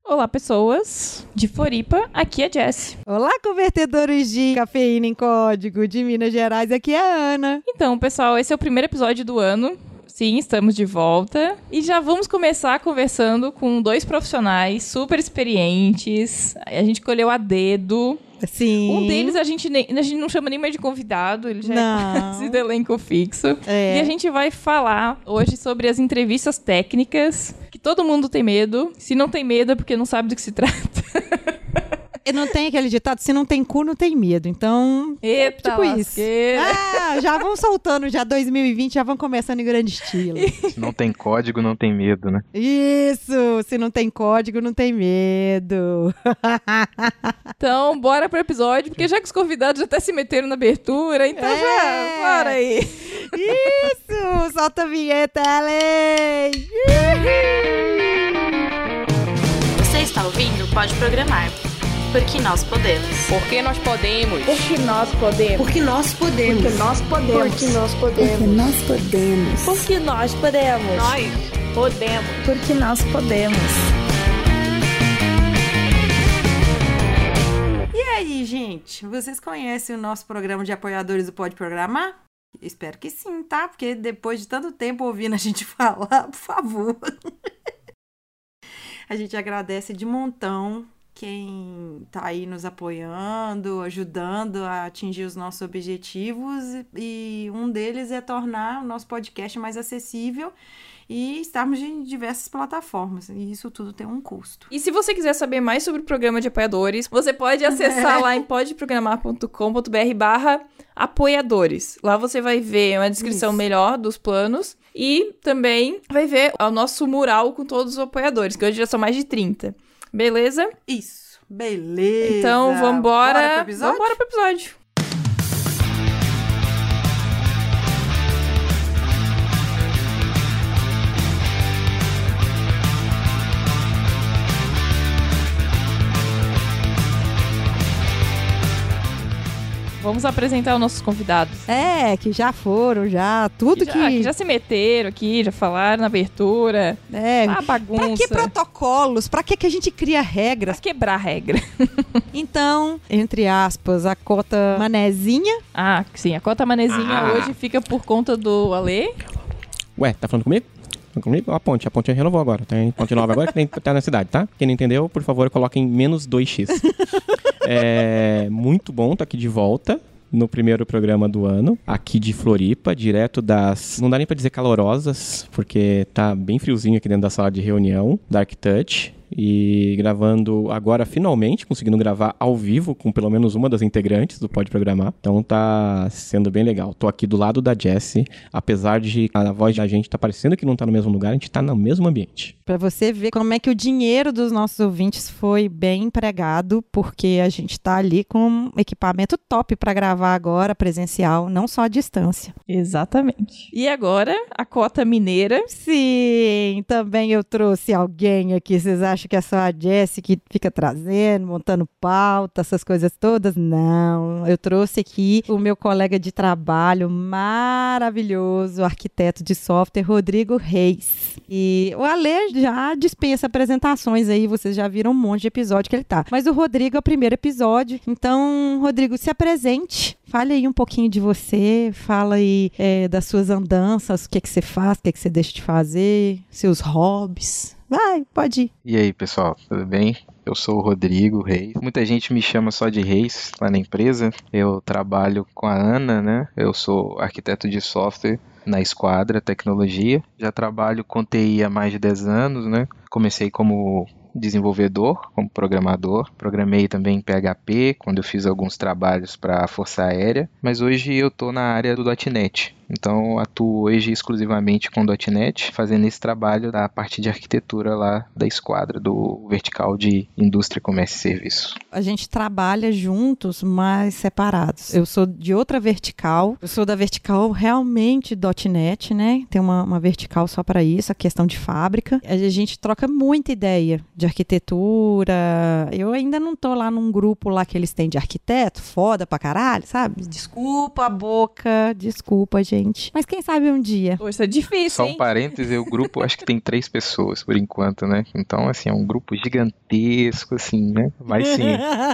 Olá, pessoas de Floripa, aqui é Jessie. Olá, convertedores de cafeína em código de Minas Gerais, aqui é a Ana. Então, pessoal, esse é o primeiro episódio do ano. Sim, estamos de volta. E já vamos começar conversando com dois profissionais super experientes. A gente escolheu a dedo. Sim. Um deles a gente não chama nem mais de convidado, ele já é quase do elenco fixo. É. E a gente vai falar hoje sobre as entrevistas técnicas, que todo mundo tem medo. Se não tem medo é porque não sabe do que se trata. Não tem aquele ditado, se não tem cu, não tem medo. Então, Eita, tipo lasqueira. isso. Já vão soltando, já 2020, já vão começando em grande estilo. Se não tem código, não tem medo, né? Isso, se não tem código, não tem medo. Então, bora pro episódio, porque já que os convidados já até se meteram na abertura, então já, bora aí. Isso, solta a vinheta, Ellen. Você está ouvindo Pode Programar. Porque nós podemos. Porque nós podemos. Porque nós podemos. Porque nós podemos. Porque nós podemos. Porque nós podemos. Porque nós podemos. Porque nós podemos. Nós podemos. Porque nós podemos. E aí, gente? Vocês conhecem o nosso programa de apoiadores do Pode Programar? Espero que sim, tá? Porque depois de tanto tempo ouvindo a gente falar, por favor. A gente agradece de montão quem tá aí nos apoiando, ajudando a atingir os nossos objetivos, e um deles é tornar o nosso podcast mais acessível e estarmos em diversas plataformas, e isso tudo tem um custo. E se você quiser saber mais sobre o programa de apoiadores, você pode acessar lá em podeprogramar.com.br/apoiadores. Lá você vai ver uma descrição melhor dos planos e também vai ver o nosso mural com todos os apoiadores, que hoje já são mais de 30. Beleza? Isso, beleza. Então, vambora. Bora pro episódio? Vambora pro episódio. Vamos apresentar os nossos convidados. Que já foram, tudo que já se meteram aqui, já falaram na abertura. A bagunça. Pra que protocolos? Pra que a gente cria regras? Pra quebrar regra. Então, entre aspas, a cota manezinha. Ah, sim, a cota manezinha hoje fica por conta do Alê. Ué, tá falando comigo? Comigo? A ponte renovou agora. Tem ponte nova agora que nem tá na cidade, tá? Quem não entendeu, por favor, coloquem menos 2x. Muito bom tá aqui de volta no primeiro programa do ano, aqui de Floripa, direto das... Não dá nem pra dizer calorosas, porque tá bem friozinho aqui dentro da sala de reunião, Dark Touch. E gravando agora, finalmente, conseguindo gravar ao vivo com pelo menos uma das integrantes do Pode Programar. Então tá sendo bem legal. Tô aqui do lado da Jessie, apesar de a voz da gente tá parecendo que não tá no mesmo lugar, a gente tá no mesmo ambiente. Pra você ver como é que o dinheiro dos nossos ouvintes foi bem empregado, porque a gente tá ali com um equipamento top pra gravar agora, presencial, não só à distância. Exatamente. E agora, a cota mineira. Sim, também eu trouxe alguém aqui, vocês acham que é só a Jessie que fica trazendo, montando pauta, essas coisas todas? Não, eu trouxe aqui o meu colega de trabalho maravilhoso, arquiteto de software, Rodrigo Reis. E o Alê já dispensa apresentações aí, vocês já viram um monte de episódio que ele tá. Mas o Rodrigo é o primeiro episódio, então, Rodrigo, se apresente. Fale aí um pouquinho de você, fala aí das suas andanças, o que você faz, o que você deixa de fazer, seus hobbies. Vai, pode ir. E aí, pessoal, tudo bem? Eu sou o Rodrigo Reis. Muita gente me chama só de Reis lá na empresa. Eu trabalho com a Ana, né? Eu sou arquiteto de software na Esquadra Tecnologia. Já trabalho com TI há mais de 10 anos, né? Comecei como desenvolvedor, como programador. Programei também em PHP, quando eu fiz alguns trabalhos para a Força Aérea. Mas hoje eu estou na área do .NET. Então, atuo hoje exclusivamente com .NET, fazendo esse trabalho da parte de arquitetura lá da Esquadra, do vertical de indústria, comércio e serviço. A gente trabalha juntos, mas separados. Eu sou de outra vertical, eu sou da vertical realmente .NET, né? Tem uma vertical só para isso, a questão de fábrica. A gente troca muita ideia de arquitetura. Eu ainda não tô lá num grupo lá que eles têm de arquiteto, foda pra caralho, sabe? Desculpa a boca, desculpa, gente. gente. Mas quem sabe um dia. Poxa, é difícil, Só hein? um parêntese, o grupo acho que tem 3 pessoas por enquanto, né? Então, assim, é um grupo gigantesco, assim, né? Mas sim,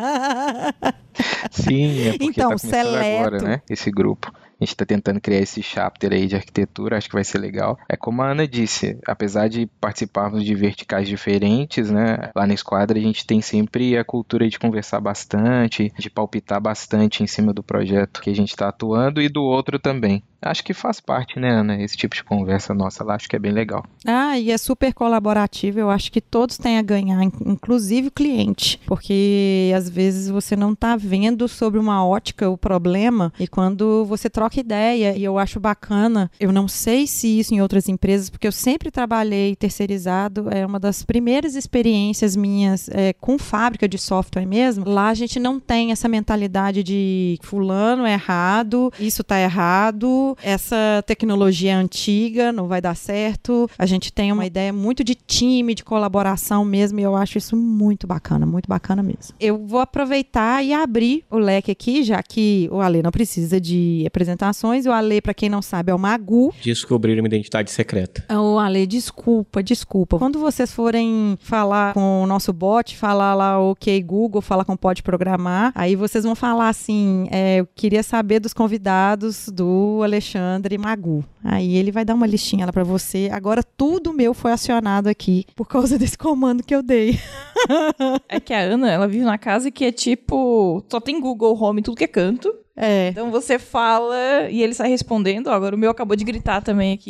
sim, é porque Então, tá começando agora, seleto. né? Esse grupo. A gente tá tentando criar esse chapter aí de arquitetura, acho que vai ser legal. É como a Ana disse, apesar de participarmos de verticais diferentes, né? Lá na Esquadra a gente tem sempre a cultura de conversar bastante, de palpitar bastante em cima do projeto que a gente tá atuando e do outro também. Acho que faz parte, né, Ana? Esse tipo de conversa nossa lá, acho que é bem legal. Ah, e é super colaborativo, eu acho que todos têm a ganhar, inclusive o cliente, porque às vezes você não está vendo sobre uma ótica o problema e quando você troca ideia, e eu acho bacana, eu não sei se isso em outras empresas, porque eu sempre trabalhei terceirizado, é uma das primeiras experiências minhas com fábrica de software mesmo, lá a gente não tem essa mentalidade de fulano é errado, isso está errado, essa tecnologia é antiga, não vai dar certo. A gente tem uma ideia muito de time, de colaboração mesmo, e eu acho isso muito bacana mesmo. Eu vou aproveitar e abrir o leque aqui, já que o Ale não precisa de apresentações. O Ale, para quem não sabe, é o Magu. Descobrir uma identidade secreta. O Ale, desculpa. Quando vocês forem falar com o nosso bot, falar lá OK Google, falar com Pode Programar, aí vocês vão falar assim, eu queria saber dos convidados do Alexandre Magu. Aí ele vai dar uma listinha lá pra você. Agora tudo meu foi acionado aqui por causa desse comando que eu dei. É que a Ana, ela vive numa casa que é tipo, só tem Google Home em tudo que é canto. É. Então você fala e ele sai respondendo. Ó, agora o meu acabou de gritar também aqui.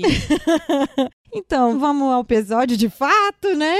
Então, vamos ao episódio de fato, né?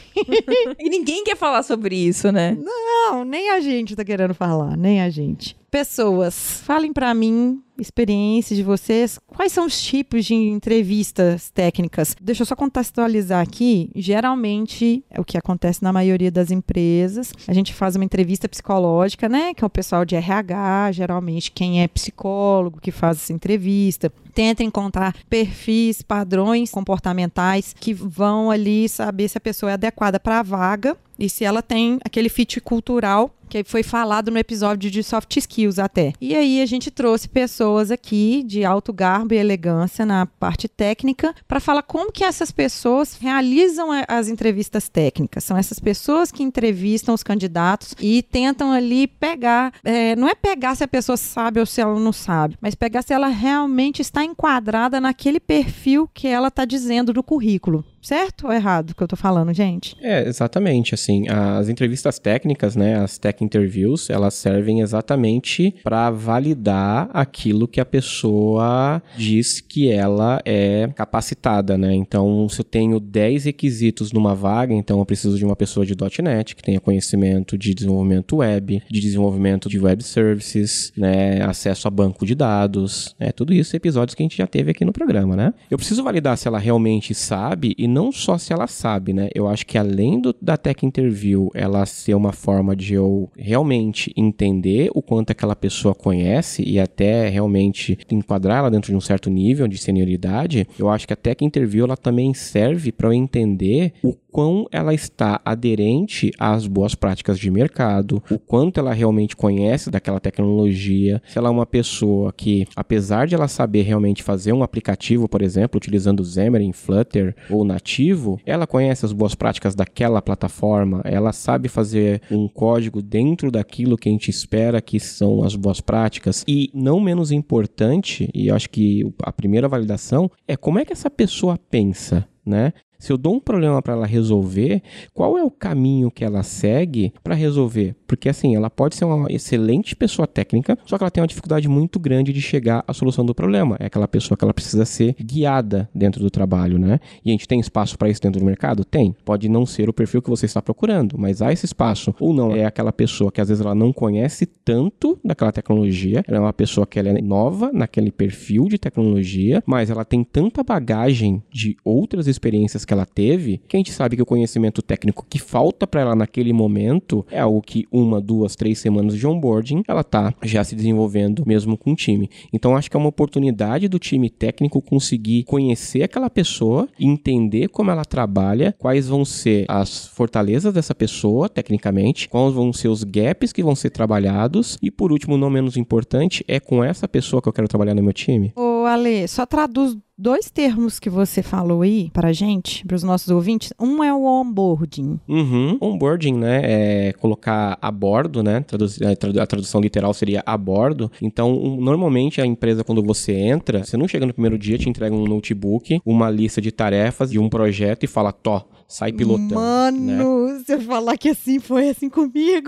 E ninguém quer falar sobre isso, né? Não, nem a gente tá querendo falar, nem a gente. Pessoas, falem pra mim, experiência de vocês, quais são os tipos de entrevistas técnicas? Deixa eu só contextualizar aqui. Geralmente, é o que acontece na maioria das empresas. A gente faz uma entrevista psicológica, né? Que é o pessoal de RH, geralmente quem é psicólogo que faz essa entrevista. Tenta encontrar perfis, padrões comportamentais que vão ali saber se a pessoa é adequada para a vaga e se ela tem aquele fit cultural que foi falado no episódio de soft skills até. E aí a gente trouxe pessoas aqui de alto garbo e elegância na parte técnica para falar como que essas pessoas realizam as entrevistas técnicas. São essas pessoas que entrevistam os candidatos e tentam ali pegar, não é pegar se a pessoa sabe ou se ela não sabe, mas pegar se ela realmente está enquadrada naquele perfil que ela está dizendo do currículo. Certo ou errado o que eu tô falando, gente? Exatamente, assim, as entrevistas técnicas, né, as tech interviews, elas servem exatamente para validar aquilo que a pessoa diz que ela é capacitada, né, então se eu tenho 10 requisitos numa vaga, então eu preciso de uma pessoa de .NET, que tenha conhecimento de desenvolvimento web, de desenvolvimento de web services, né, acesso a banco de dados, tudo isso episódios que a gente já teve aqui no programa, né. Eu preciso validar se ela realmente sabe e não só se ela sabe, né? Eu acho que além da Tech Interview ela ser uma forma de eu realmente entender o quanto aquela pessoa conhece e até realmente enquadrar ela dentro de um certo nível de senioridade, eu acho que a Tech Interview ela também serve para eu entender o quão ela está aderente às boas práticas de mercado, o quanto ela realmente conhece daquela tecnologia, se ela é uma pessoa que, apesar de ela saber realmente fazer um aplicativo, por exemplo, utilizando Xamarin, Flutter ou nativo, ela conhece as boas práticas daquela plataforma, ela sabe fazer um código dentro daquilo que a gente espera que são as boas práticas e, não menos importante, e eu acho que a primeira validação é como é que essa pessoa pensa, né? Se eu dou um problema para ela resolver, qual é o caminho que ela segue para resolver? Porque assim, ela pode ser uma excelente pessoa técnica, só que ela tem uma dificuldade muito grande de chegar à solução do problema. É aquela pessoa que ela precisa ser guiada dentro do trabalho, né? E a gente tem espaço para isso dentro do mercado? Tem. Pode não ser o perfil que você está procurando, mas há esse espaço. Ou não, é aquela pessoa que às vezes ela não conhece tanto daquela tecnologia, ela é uma pessoa que ela é nova naquele perfil de tecnologia, mas ela tem tanta bagagem de outras experiências que ela teve, que a gente sabe que o conhecimento técnico que falta para ela naquele momento é algo que 1, 2, 3 semanas de onboarding, ela tá já se desenvolvendo mesmo com o time. Então, acho que é uma oportunidade do time técnico conseguir conhecer aquela pessoa, entender como ela trabalha, quais vão ser as fortalezas dessa pessoa, tecnicamente, quais vão ser os gaps que vão ser trabalhados e, por último, não menos importante, é com essa pessoa que eu quero trabalhar no meu time. Ô, Ô, Ale, só traduz 2 termos que você falou aí pra gente, pros nossos ouvintes. Um é o onboarding. Onboarding, né, é colocar a bordo, né, a tradução literal seria a bordo. Então, normalmente a empresa, quando você entra, você não chega no primeiro dia, te entrega um notebook, uma lista de tarefas e um projeto e fala, sai pilotando. Mano, né? você falar que assim foi assim comigo.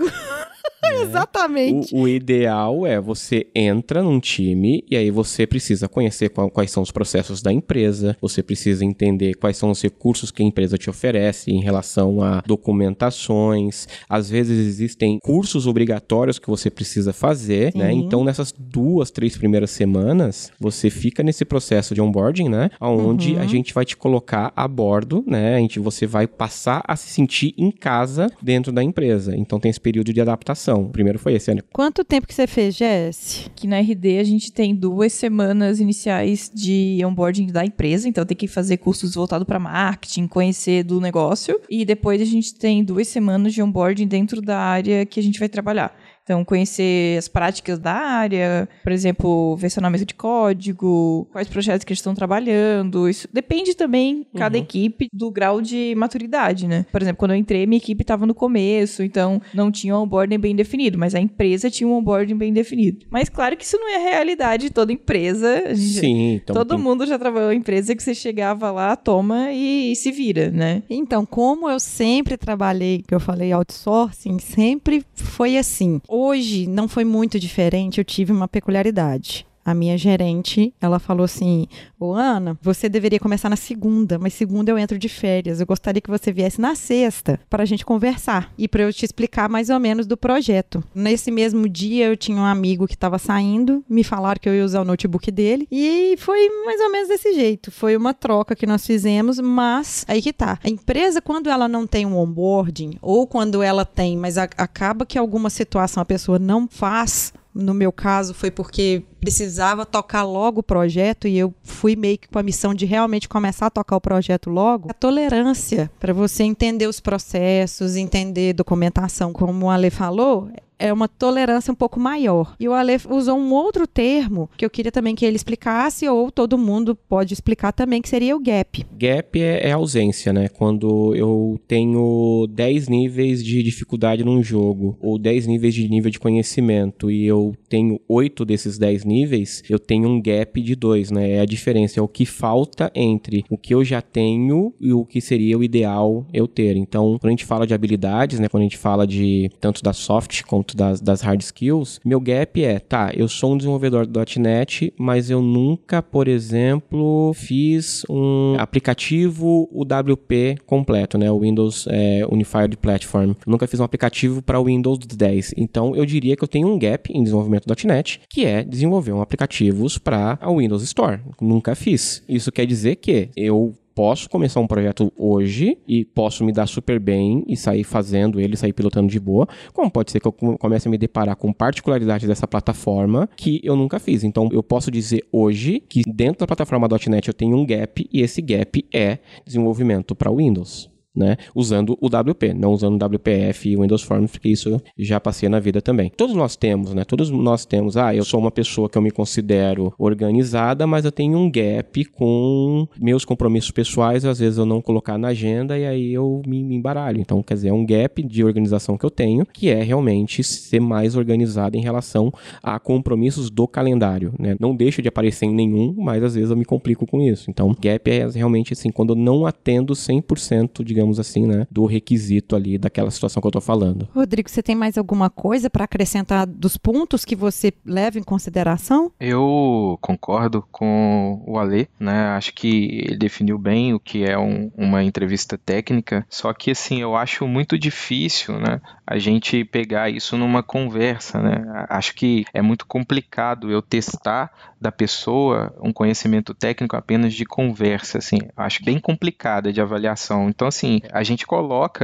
Exatamente. O ideal é você entra num time e aí você precisa conhecer quais são os processos da empresa, você precisa entender quais são os recursos que a empresa te oferece em relação a documentações. Às vezes existem cursos obrigatórios que você precisa fazer, né? Então, nessas 2, 3 primeiras semanas, você fica nesse processo de onboarding, né? Onde a gente vai te colocar a bordo, né? Você vai passar a se sentir em casa dentro da empresa. Então, tem esse período de adaptação. O primeiro foi esse, Ana. Quanto tempo que você fez, Jess? Aqui na RD a gente tem 2 semanas iniciais de onboarding da empresa, então tem que fazer cursos voltados para marketing, conhecer do negócio, e depois a gente tem 2 semanas de onboarding dentro da área que a gente vai trabalhar. Então, conhecer as práticas da área, por exemplo, versionamento de código, quais projetos que eles estão trabalhando. Isso depende também, cada equipe, do grau de maturidade, né? Por exemplo, quando eu entrei, minha equipe estava no começo, então não tinha um onboarding bem definido, mas a empresa tinha um onboarding bem definido. Mas claro que isso não é a realidade de toda empresa. Sim. Então, todo mundo já trabalhou em empresa que você chegava lá, toma e se vira, né? Então, como eu sempre trabalhei, que eu falei outsourcing, sempre foi assim. Hoje não foi muito diferente, eu tive uma peculiaridade. A minha gerente, ela falou assim, Ana, você deveria começar na segunda, mas segunda eu entro de férias. Eu gostaria que você viesse na sexta para a gente conversar e para eu te explicar mais ou menos do projeto. Nesse mesmo dia, eu tinha um amigo que estava saindo, me falaram que eu ia usar o notebook dele e foi mais ou menos desse jeito. Foi uma troca que nós fizemos, mas aí que tá. A empresa, quando ela não tem um onboarding ou quando ela tem, mas acaba que alguma situação a pessoa não faz. No meu caso, foi porque precisava tocar logo o projeto e eu fui meio que com a missão de realmente começar a tocar o projeto logo. A tolerância para você entender os processos, entender documentação, como o Ale falou, é uma tolerância um pouco maior. E o Ale usou um outro termo que eu queria também que ele explicasse, ou todo mundo pode explicar também, que seria o gap. Gap é ausência, né? Quando eu tenho 10 níveis de dificuldade num jogo, ou 10 níveis de nível de conhecimento, e eu tenho 8 desses 10 níveis, eu tenho um gap de 2, né? É a diferença, é o que falta entre o que eu já tenho e o que seria o ideal eu ter. Então, quando a gente fala de habilidades, né? Quando a gente fala de tanto da soft quanto das hard skills, meu gap eu sou um desenvolvedor do .NET, mas eu nunca, por exemplo, fiz um aplicativo UWP completo, né? O Windows Unified Platform. Eu nunca fiz um aplicativo para o Windows 10. Então, eu diria que eu tenho um gap em desenvolvimento .NET, que é desenvolver aplicativos para a Windows Store. Nunca fiz. Isso quer dizer que eu posso começar um projeto hoje e posso me dar super bem e sair fazendo ele, sair pilotando de boa, como pode ser que eu comece a me deparar com particularidades dessa plataforma que eu nunca fiz. Então, eu posso dizer hoje que dentro da plataforma .NET eu tenho um gap e esse gap é desenvolvimento para Windows. Né? Usando o WP, não usando o WPF e o Windows Forms, porque isso já passei na vida também. Todos nós temos, né? Todos nós temos, eu sou uma pessoa que eu me considero organizada, mas eu tenho um gap com meus compromissos pessoais, às vezes eu não colocar na agenda e aí eu me embaralho. Então, quer dizer, é um gap de organização que eu tenho, que é realmente ser mais organizado em relação a compromissos do calendário, né? Não deixo de aparecer em nenhum, mas às vezes eu me complico com isso. Então, gap é realmente assim, quando eu não atendo 100%, digamos assim, né, do requisito ali daquela situação que eu tô falando. Rodrigo, você tem mais alguma coisa para acrescentar dos pontos que você leva em consideração? Eu concordo com o Ale, né, acho que ele definiu bem o que é uma entrevista técnica, só que assim, eu acho muito difícil, né, a gente pegar isso numa conversa, né, acho que é muito complicado eu testar da pessoa um conhecimento técnico apenas de conversa, assim, acho bem complicada de avaliação. Então, assim, a gente coloca, né,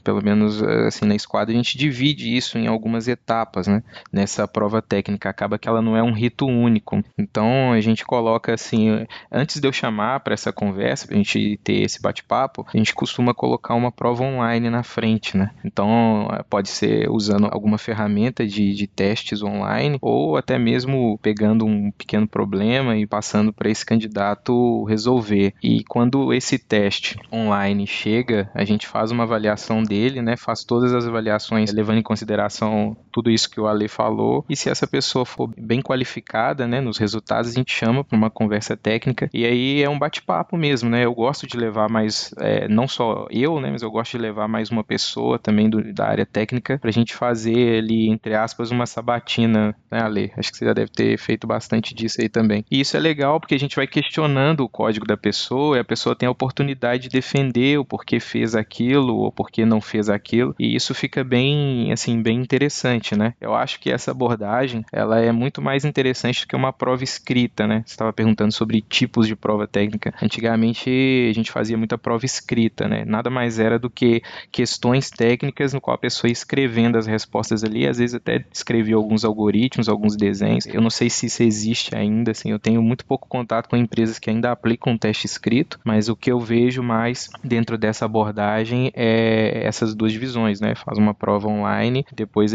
pelo menos assim na Esquadra, a gente divide isso em algumas etapas, né? Nessa prova técnica, acaba que ela não é um rito único. Então a gente coloca assim, antes de eu chamar para essa conversa, pra gente ter esse bate-papo, a gente costuma colocar uma prova online na frente, né? Então pode ser usando alguma ferramenta de testes online, ou até mesmo pegando um pequeno problema e passando para esse candidato resolver. E quando esse teste online chega, a gente faz uma avaliação dele, né? Faz todas as avaliações levando em consideração tudo isso que o Ale falou, e se essa pessoa for bem qualificada, né, nos resultados, a gente chama para uma conversa técnica, e aí é um bate-papo mesmo, né? Eu gosto de levar mais, não só eu, né, mas eu gosto de levar mais uma pessoa também da área técnica, pra gente fazer ali, entre aspas, uma sabatina, né, Ale? Acho que você já deve ter feito bastante disso aí também. E isso é legal porque a gente vai questionando o código da pessoa, e a pessoa tem a oportunidade de defender o porquê fez aquilo, ou porquê não fez aquilo, e isso fica bem, assim, bem interessante, né? Eu acho que essa abordagem, ela é muito mais interessante do que uma prova escrita, né? Você estava perguntando sobre tipos de prova técnica. Antigamente, a gente fazia muita prova escrita, né? Nada mais era do que questões técnicas no qual a pessoa ia escrevendo as respostas ali, às vezes até escrevia alguns algoritmos, alguns desenhos. Eu não sei se isso existe ainda, assim, eu tenho muito pouco contato com empresas que ainda aplicam um teste escrito, mas o que eu vejo mais dentro dessa abordagem é essas duas divisões, né? Faz uma prova online, depois a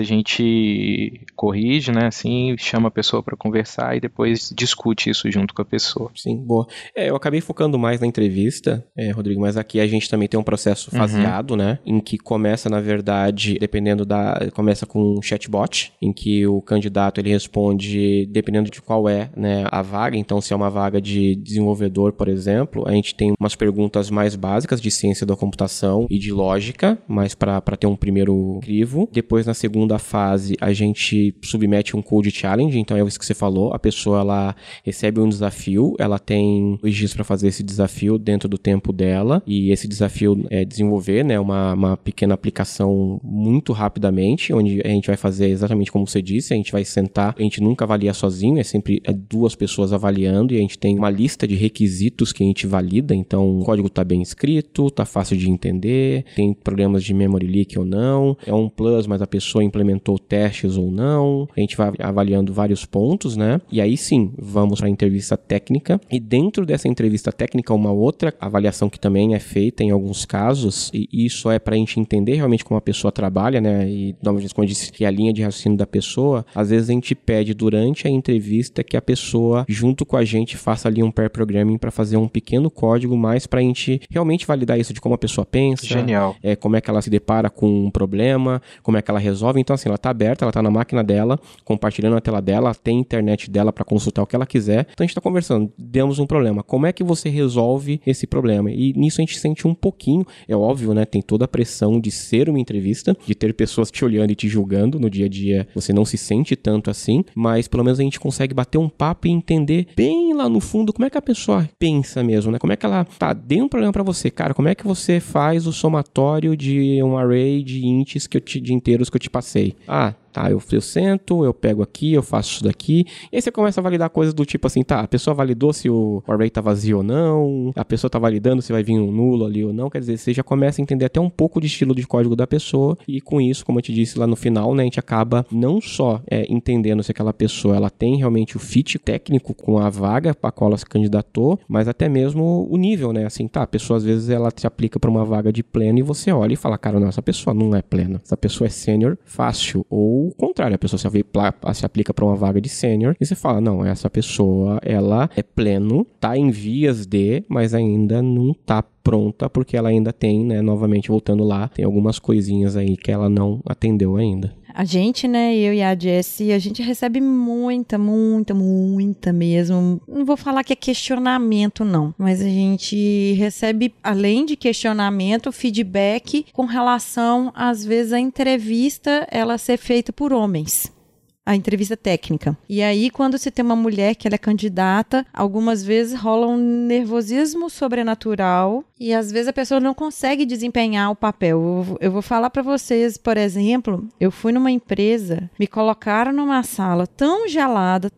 gente corrige, né? Assim, chama a pessoa para conversar e depois discute isso junto com a pessoa. Sim, boa. Eu acabei focando mais na entrevista, Rodrigo, mas aqui a gente também tem um processo faseado, né? Em que começa, na verdade, começa com um chatbot, em que o candidato, ele responde dependendo de qual é, né, a vaga. Então, se é uma vaga de desenvolvedor, por exemplo, a gente tem umas perguntas mais básicas de ciência da computação e de lógica, mas para ter um primeiro crivo. Depois, na segunda fase, a gente submete um code challenge, então é isso que você falou, a pessoa, ela recebe um desafio, ela tem 2 dias para fazer esse desafio dentro do tempo dela, e esse desafio é desenvolver, né, uma pequena aplicação muito rapidamente, onde a gente vai fazer exatamente como você disse, a gente vai sentar, a gente nunca avalia sozinho, é sempre 2 pessoas avaliando, e a gente tem uma lista de requisitos que a gente valida, então o código está bem escrito, está fácil de entender, tem problemas de memory leak ou não, é um plus, mas a pessoa implementou testes ou não, a gente vai avaliando vários pontos, né? E aí sim, vamos para a entrevista técnica, e dentro dessa entrevista técnica, uma outra avaliação que também é feita em alguns casos, e isso é para a gente entender realmente como a pessoa trabalha, né? E novamente, como eu disse, que é a linha de raciocínio da pessoa, às vezes a gente pede durante a entrevista que a pessoa, junto com a gente, faça ali um pair programming para fazer um pequeno código mais para a gente realmente validar isso de como a pessoa pensa. Genial. Como é que ela se depara com um problema, como é que ela resolve. Então, assim, ela tá aberta, ela tá na máquina dela, compartilhando a tela dela, tem internet dela para consultar o que ela quiser. Então, a gente tá conversando, demos um problema. Como é que você resolve esse problema? E nisso a gente sente um pouquinho, é óbvio, né? Tem toda a pressão de ser uma entrevista, de ter pessoas te olhando e te julgando no dia a dia. Você não se sente tanto assim, mas pelo menos a gente consegue bater um papo e entender bem lá no fundo como é que a pessoa pensa mesmo, né? Como é que ela dei um problema para você, cara, como é que você faz o somatório de um array de ints de inteiros que eu te passei? Tá, eu sento, eu pego aqui, eu faço isso daqui, e aí você começa a validar coisas do tipo assim, tá, a pessoa validou se o array tá vazio ou não, a pessoa tá validando se vai vir um nulo ali ou não, quer dizer, você já começa a entender até um pouco de estilo de código da pessoa, e com isso, como eu te disse lá no final, né, a gente acaba não só entendendo se aquela pessoa, ela tem realmente o fit técnico com a vaga para qual ela se candidatou, mas até mesmo o nível, né, assim, tá, a pessoa às vezes ela se aplica para uma vaga de pleno e você olha e fala, cara, não, essa pessoa não é plena, essa pessoa é sênior fácil, ou o contrário, a pessoa se aplica para uma vaga de sênior e você fala, não, essa pessoa, ela é pleno, tá em vias de, mas ainda não tá pronta, porque ela ainda tem, né, novamente voltando lá, tem algumas coisinhas aí que ela não atendeu ainda. A gente, né, eu e a Jessie, a gente recebe muita mesmo. Não vou falar que é questionamento, não. Mas a gente recebe, além de questionamento, feedback com relação, às vezes, a entrevista ela ser feita por homens. a entrevista técnica. E aí, quando se tem uma mulher que ela é candidata, algumas vezes rola um nervosismo sobrenatural e às vezes a pessoa não consegue desempenhar o papel. Eu vou falar para vocês, por exemplo, eu fui numa empresa, me colocaram numa sala tão gelada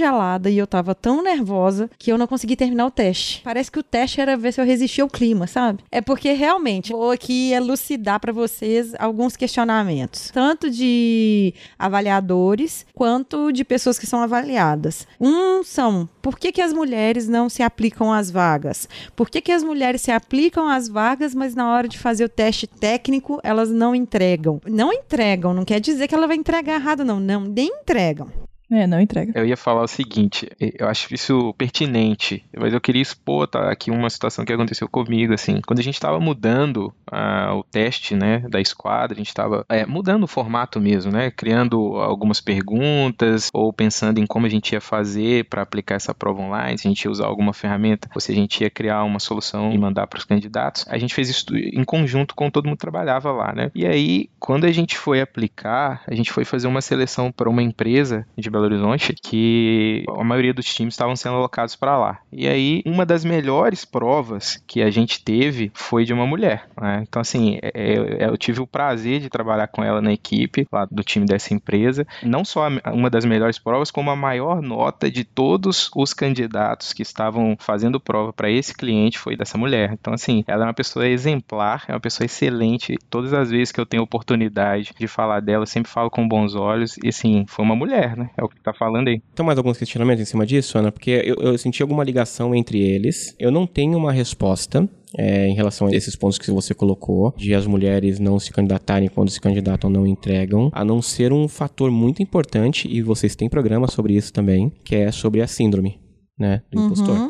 e eu tava tão nervosa que eu não consegui terminar o teste. Parece que o teste era ver se eu resistia ao clima, sabe? É porque realmente vou aqui elucidar para vocês alguns questionamentos, tanto de avaliadores quanto de pessoas que são avaliadas. São, por que as mulheres não se aplicam às vagas? Por que as mulheres se aplicam às vagas, mas na hora de fazer o teste técnico, elas não entregam? Não entregam, não quer dizer que ela vai entregar errado, não, nem entregam. Não entrega. Eu ia falar o seguinte, eu acho isso pertinente, mas eu queria expor aqui uma situação que aconteceu comigo, assim. Quando a gente estava mudando o teste, né, da esquadra, a gente estava mudando o formato mesmo, né, criando algumas perguntas ou pensando em como a gente ia fazer para aplicar essa prova online, se a gente ia usar alguma ferramenta ou se a gente ia criar uma solução e mandar para os candidatos. A gente fez isso em conjunto com todo mundo que trabalhava lá, né. E aí, quando a gente foi aplicar, a gente foi fazer uma seleção para uma empresa de Belo Horizonte, que a maioria dos times estavam sendo alocados para lá. E aí, uma das melhores provas que a gente teve foi de uma mulher, né? Então, assim, eu tive o prazer de trabalhar com ela na equipe, lá do time dessa empresa. Não só uma das melhores provas, como a maior nota de todos os candidatos que estavam fazendo prova para esse cliente foi dessa mulher. Então, assim, ela é uma pessoa exemplar, é uma pessoa excelente. Todas as vezes que eu tenho oportunidade de falar dela, eu sempre falo com bons olhos. E, assim, foi uma mulher, né? É o que tá falando aí. Então, mais alguns questionamentos em cima disso, Ana? Porque eu senti alguma ligação entre eles. Eu não tenho uma resposta em relação a esses pontos que você colocou, de as mulheres não se candidatarem, quando se candidatam não entregam, a não ser um fator muito importante, e vocês têm programa sobre isso também, que é sobre a síndrome, né, do impostor.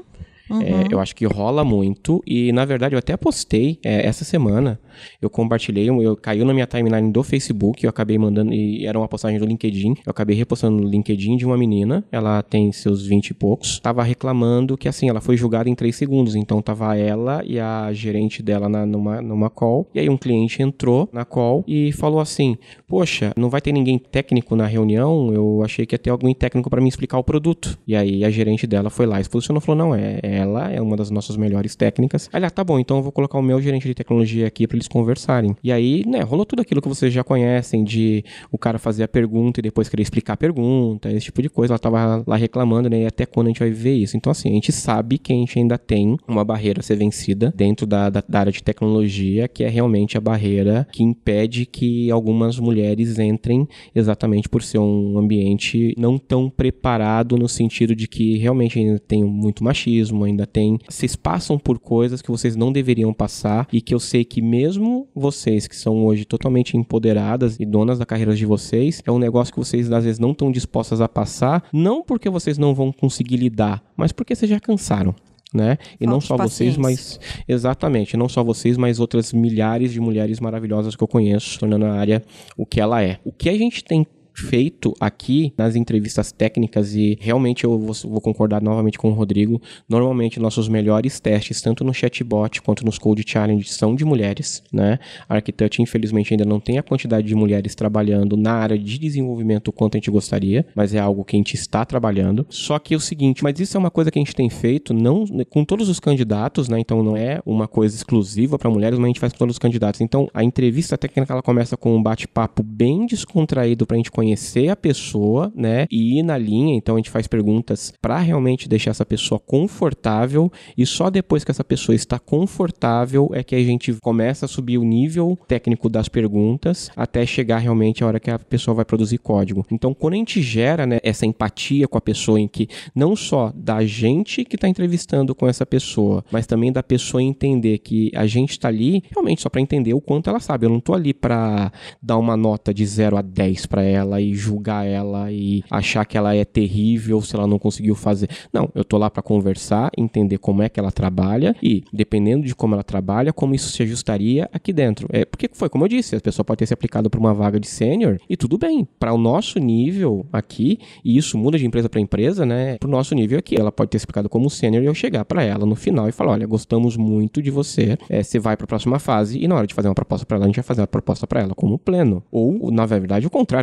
Eu acho que rola muito e, na verdade, eu até postei essa semana, eu compartilhei, caiu na minha timeline do Facebook, eu acabei mandando, e era uma postagem do LinkedIn, eu acabei repostando no LinkedIn de uma menina, ela tem seus 20 e poucos, tava reclamando que, assim, ela foi julgada em 3 segundos, então tava ela e a gerente dela numa call, e aí um cliente entrou na call e falou assim, poxa, não vai ter ninguém técnico na reunião, eu achei que ia ter alguém técnico para me explicar o produto, e aí a gerente dela foi lá e se posicionou, falou, não, ela é uma das nossas melhores técnicas. Ela, tá bom, então eu vou colocar o meu gerente de tecnologia aqui pra eles conversarem. E aí, né, rolou tudo aquilo que vocês já conhecem, de o cara fazer a pergunta e depois querer explicar a pergunta, esse tipo de coisa. Ela tava lá reclamando, né, e até quando a gente vai ver isso? Então, assim, a gente sabe que a gente ainda tem uma barreira a ser vencida dentro da área de tecnologia, que é realmente a barreira que impede que algumas mulheres entrem, exatamente por ser um ambiente não tão preparado, no sentido de que realmente ainda tem muito machismo, ainda tem... Vocês passam por coisas que vocês não deveriam passar e que eu sei que mesmo vocês que são hoje totalmente empoderadas e donas da carreira de vocês, é um negócio que vocês às vezes não estão dispostas a passar, não porque vocês não vão conseguir lidar, mas porque vocês já cansaram. Né? E não só vocês, mas... Exatamente, não só vocês, mas outras milhares de mulheres maravilhosas que eu conheço, tornando a área o que ela é. O que a gente tem feito aqui nas entrevistas técnicas, e realmente eu vou concordar novamente com o Rodrigo, normalmente nossos melhores testes, tanto no chatbot quanto nos Code Challenge, são de mulheres, né? A Arquitect, infelizmente, ainda não tem a quantidade de mulheres trabalhando na área de desenvolvimento quanto a gente gostaria, mas é algo que a gente está trabalhando. Só que é o seguinte, mas isso é uma coisa que a gente tem feito não com todos os candidatos, né? Então não é uma coisa exclusiva para mulheres, mas a gente faz com todos os candidatos. Então a entrevista técnica, ela começa com um bate-papo bem descontraído pra gente conhecer a pessoa, né, e ir na linha. Então a gente faz perguntas para realmente deixar essa pessoa confortável, e só depois que essa pessoa está confortável é que a gente começa a subir o nível técnico das perguntas até chegar realmente a hora que a pessoa vai produzir código. Então quando a gente gera, né, essa empatia com a pessoa, em que não só da gente que está entrevistando com essa pessoa, mas também da pessoa entender que a gente está ali realmente só para entender o quanto ela sabe. Eu não tô ali para dar uma nota de 0 a 10 para ela e julgar ela e achar que ela é terrível se ela não conseguiu fazer. Não, eu tô lá para conversar, entender como é que ela trabalha e, dependendo de como ela trabalha, como isso se ajustaria aqui dentro. Porque foi como eu disse, a pessoa pode ter se aplicado para uma vaga de sênior e tudo bem. Para o nosso nível aqui, e isso muda de empresa para empresa, né? Para o nosso nível aqui, ela pode ter se aplicado como sênior e eu chegar para ela no final e falar, olha, gostamos muito de você, você vai para a próxima fase, e na hora de fazer uma proposta para ela, a gente vai fazer uma proposta para ela como pleno. Ou, na verdade, o contrário, a pessoa pode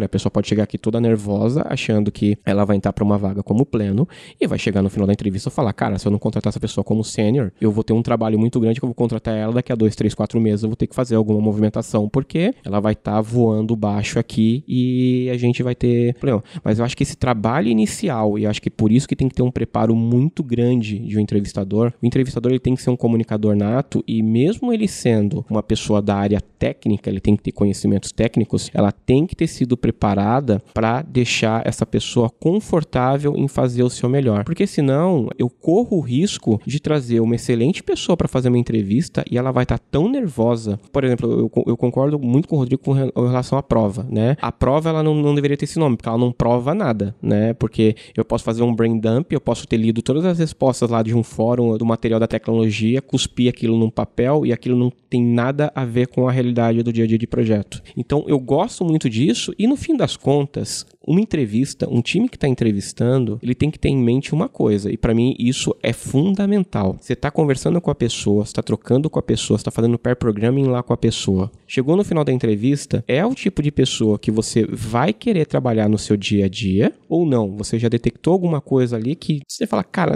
pode chegar aqui toda nervosa, achando que ela vai entrar para uma vaga como pleno e vai chegar no final da entrevista e falar, cara, se eu não contratar essa pessoa como sênior, eu vou ter um trabalho muito grande que eu vou contratar ela, daqui a 2, 3, 4 meses eu vou ter que fazer alguma movimentação, porque ela vai estar voando baixo aqui e a gente vai ter problema. Mas eu acho que esse trabalho inicial, e eu acho que por isso que tem que ter um preparo muito grande de um entrevistador, o entrevistador ele tem que ser um comunicador nato e mesmo ele sendo uma pessoa da área técnica, ele tem que ter conhecimentos técnicos, ela tem que ter sido preparada para deixar essa pessoa confortável em fazer o seu melhor. Porque senão eu corro o risco de trazer uma excelente pessoa para fazer uma entrevista e ela vai estar tão nervosa. Por exemplo, eu concordo muito com o Rodrigo com relação à prova, né? A prova ela não deveria ter esse nome, porque ela não prova nada, né? Porque eu posso fazer um brain dump, eu posso ter lido todas as respostas lá de um fórum do material da tecnologia, cuspir aquilo num papel e aquilo não tem nada a ver com a realidade do dia a dia de projeto. Então eu gosto muito disso e no fim das contas, uma entrevista, um time que está entrevistando, ele tem que ter em mente uma coisa, e para mim isso é fundamental. Você está conversando com a pessoa, você está trocando com a pessoa, você está fazendo pair programming lá com a pessoa. Chegou no final da entrevista, é o tipo de pessoa que você vai querer trabalhar no seu dia a dia, ou não? Você já detectou alguma coisa ali que você fala, cara,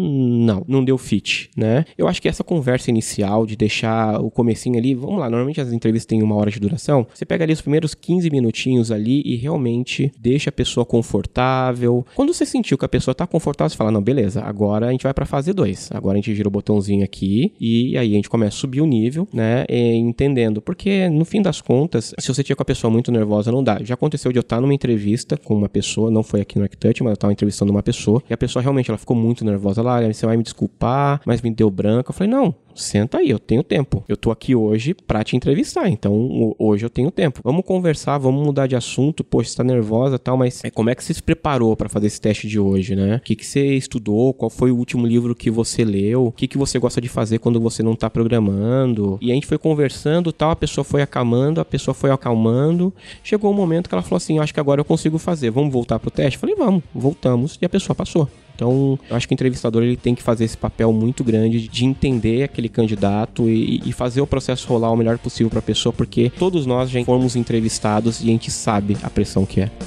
não deu fit, né? Eu acho que essa conversa inicial de deixar o comecinho ali, vamos lá, normalmente as entrevistas têm 1 hora de duração, você pega ali os primeiros 15 minutinhos ali e realmente deixa a pessoa confortável. Quando você sentiu que a pessoa tá confortável, você fala, não, beleza, agora a gente vai pra fase 2. Agora a gente gira o botãozinho aqui e aí a gente começa a subir o nível, né, entendendo. Porque no fim das contas, se você tiver com a pessoa muito nervosa, não dá. Já aconteceu de eu estar numa entrevista com uma pessoa, não foi aqui no ArcTouch, mas eu tava entrevistando uma pessoa e a pessoa realmente, ela ficou muito nervosa lá, você vai me desculpar, mas me deu branco. Eu falei, não, senta aí, eu tenho tempo. Eu tô aqui hoje pra te entrevistar, então hoje eu tenho tempo. Vamos conversar, vamos mudar de assunto. Poxa, você tá nervosa e tal, mas como é que você se preparou pra fazer esse teste de hoje, né? O que você estudou? Qual foi o último livro que você leu? O que você gosta de fazer quando você não tá programando? E a gente foi conversando, tal, a pessoa foi acalmando, Chegou um momento que ela falou assim, acho que agora eu consigo fazer, vamos voltar pro teste? Eu falei, vamos, voltamos, e a pessoa passou. Então, eu acho que o entrevistador ele tem que fazer esse papel muito grande de entender aquele candidato e fazer o processo rolar o melhor possível para a pessoa, porque todos nós já fomos entrevistados e a gente sabe a pressão que é.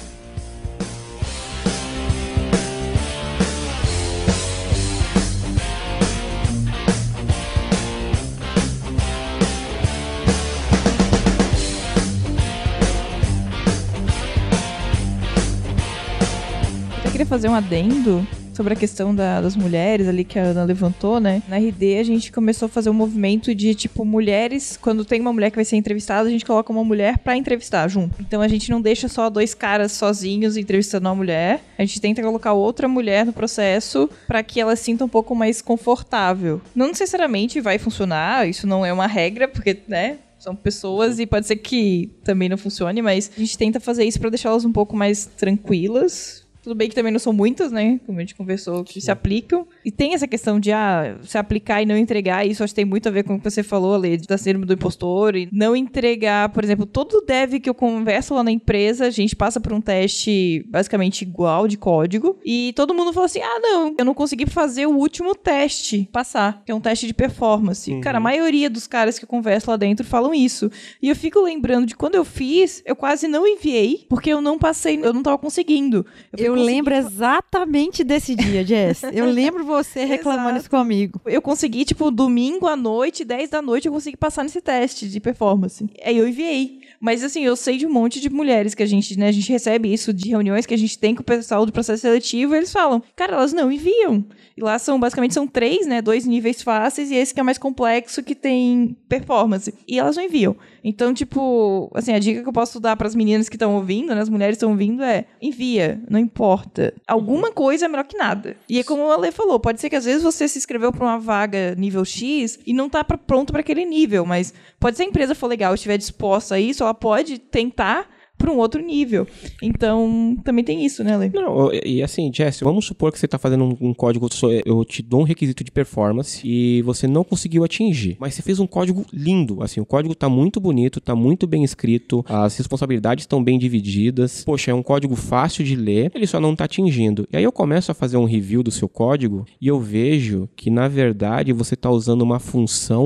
Eu queria fazer um adendo sobre a questão das mulheres ali que a Ana levantou, né? Na RD a gente começou a fazer um movimento de, tipo, mulheres, quando tem uma mulher que vai ser entrevistada, a gente coloca uma mulher pra entrevistar junto. Então a gente não deixa só 2 caras sozinhos entrevistando uma mulher, a gente tenta colocar outra mulher no processo pra que ela se sinta um pouco mais confortável. Não necessariamente vai funcionar, isso não é uma regra, porque, né? São pessoas e pode ser que também não funcione, mas a gente tenta fazer isso pra deixá-las um pouco mais tranquilas. Tudo bem que também não são muitas, né? Como a gente conversou, que se aplicam. E tem essa questão de se aplicar e não entregar. Isso acho que tem muito a ver com o que você falou, Lê, da síndrome do impostor. E não entregar, por exemplo, todo dev que eu converso lá na empresa, a gente passa por um teste basicamente igual de código. E todo mundo fala assim, não, eu não consegui fazer o último teste passar. Que é um teste de performance. Cara, a maioria dos caras que eu converso lá dentro falam isso. E eu fico lembrando de quando eu fiz, eu quase não enviei, porque eu não passei, eu não tava conseguindo. Eu lembro exatamente desse dia, Jess. Eu lembro você reclamando isso comigo. Eu consegui, tipo, domingo à noite, 10 da noite, eu consegui passar nesse teste de performance. Aí eu enviei. Mas, assim, eu sei de um monte de mulheres que a gente, né, a gente recebe isso de reuniões que a gente tem com o pessoal do processo seletivo, e eles falam, cara, elas não enviam. E lá basicamente são 3, né, 2 níveis fáceis, e esse que é mais complexo, que tem performance. E elas não enviam. Então, tipo, assim, a dica que eu posso dar para as meninas que estão ouvindo, né, as mulheres que estão ouvindo é, envia, não importa. Alguma coisa é melhor que nada. E é como a Lê falou, pode ser que às vezes você se inscreveu para uma vaga nível X e não tá pronto para aquele nível, mas pode ser a empresa for legal, estiver disposta a isso, ela pode tentar para um outro nível. Então, também tem isso, né, Lê? Não, e assim, Jess, vamos supor que você está fazendo um código, eu te dou um requisito de performance e você não conseguiu atingir, mas você fez um código lindo, assim, o código está muito bonito, está muito bem escrito, as responsabilidades estão bem divididas, poxa, é um código fácil de ler, ele só não está atingindo. E aí eu começo a fazer um review do seu código e eu vejo que, na verdade, você está usando uma função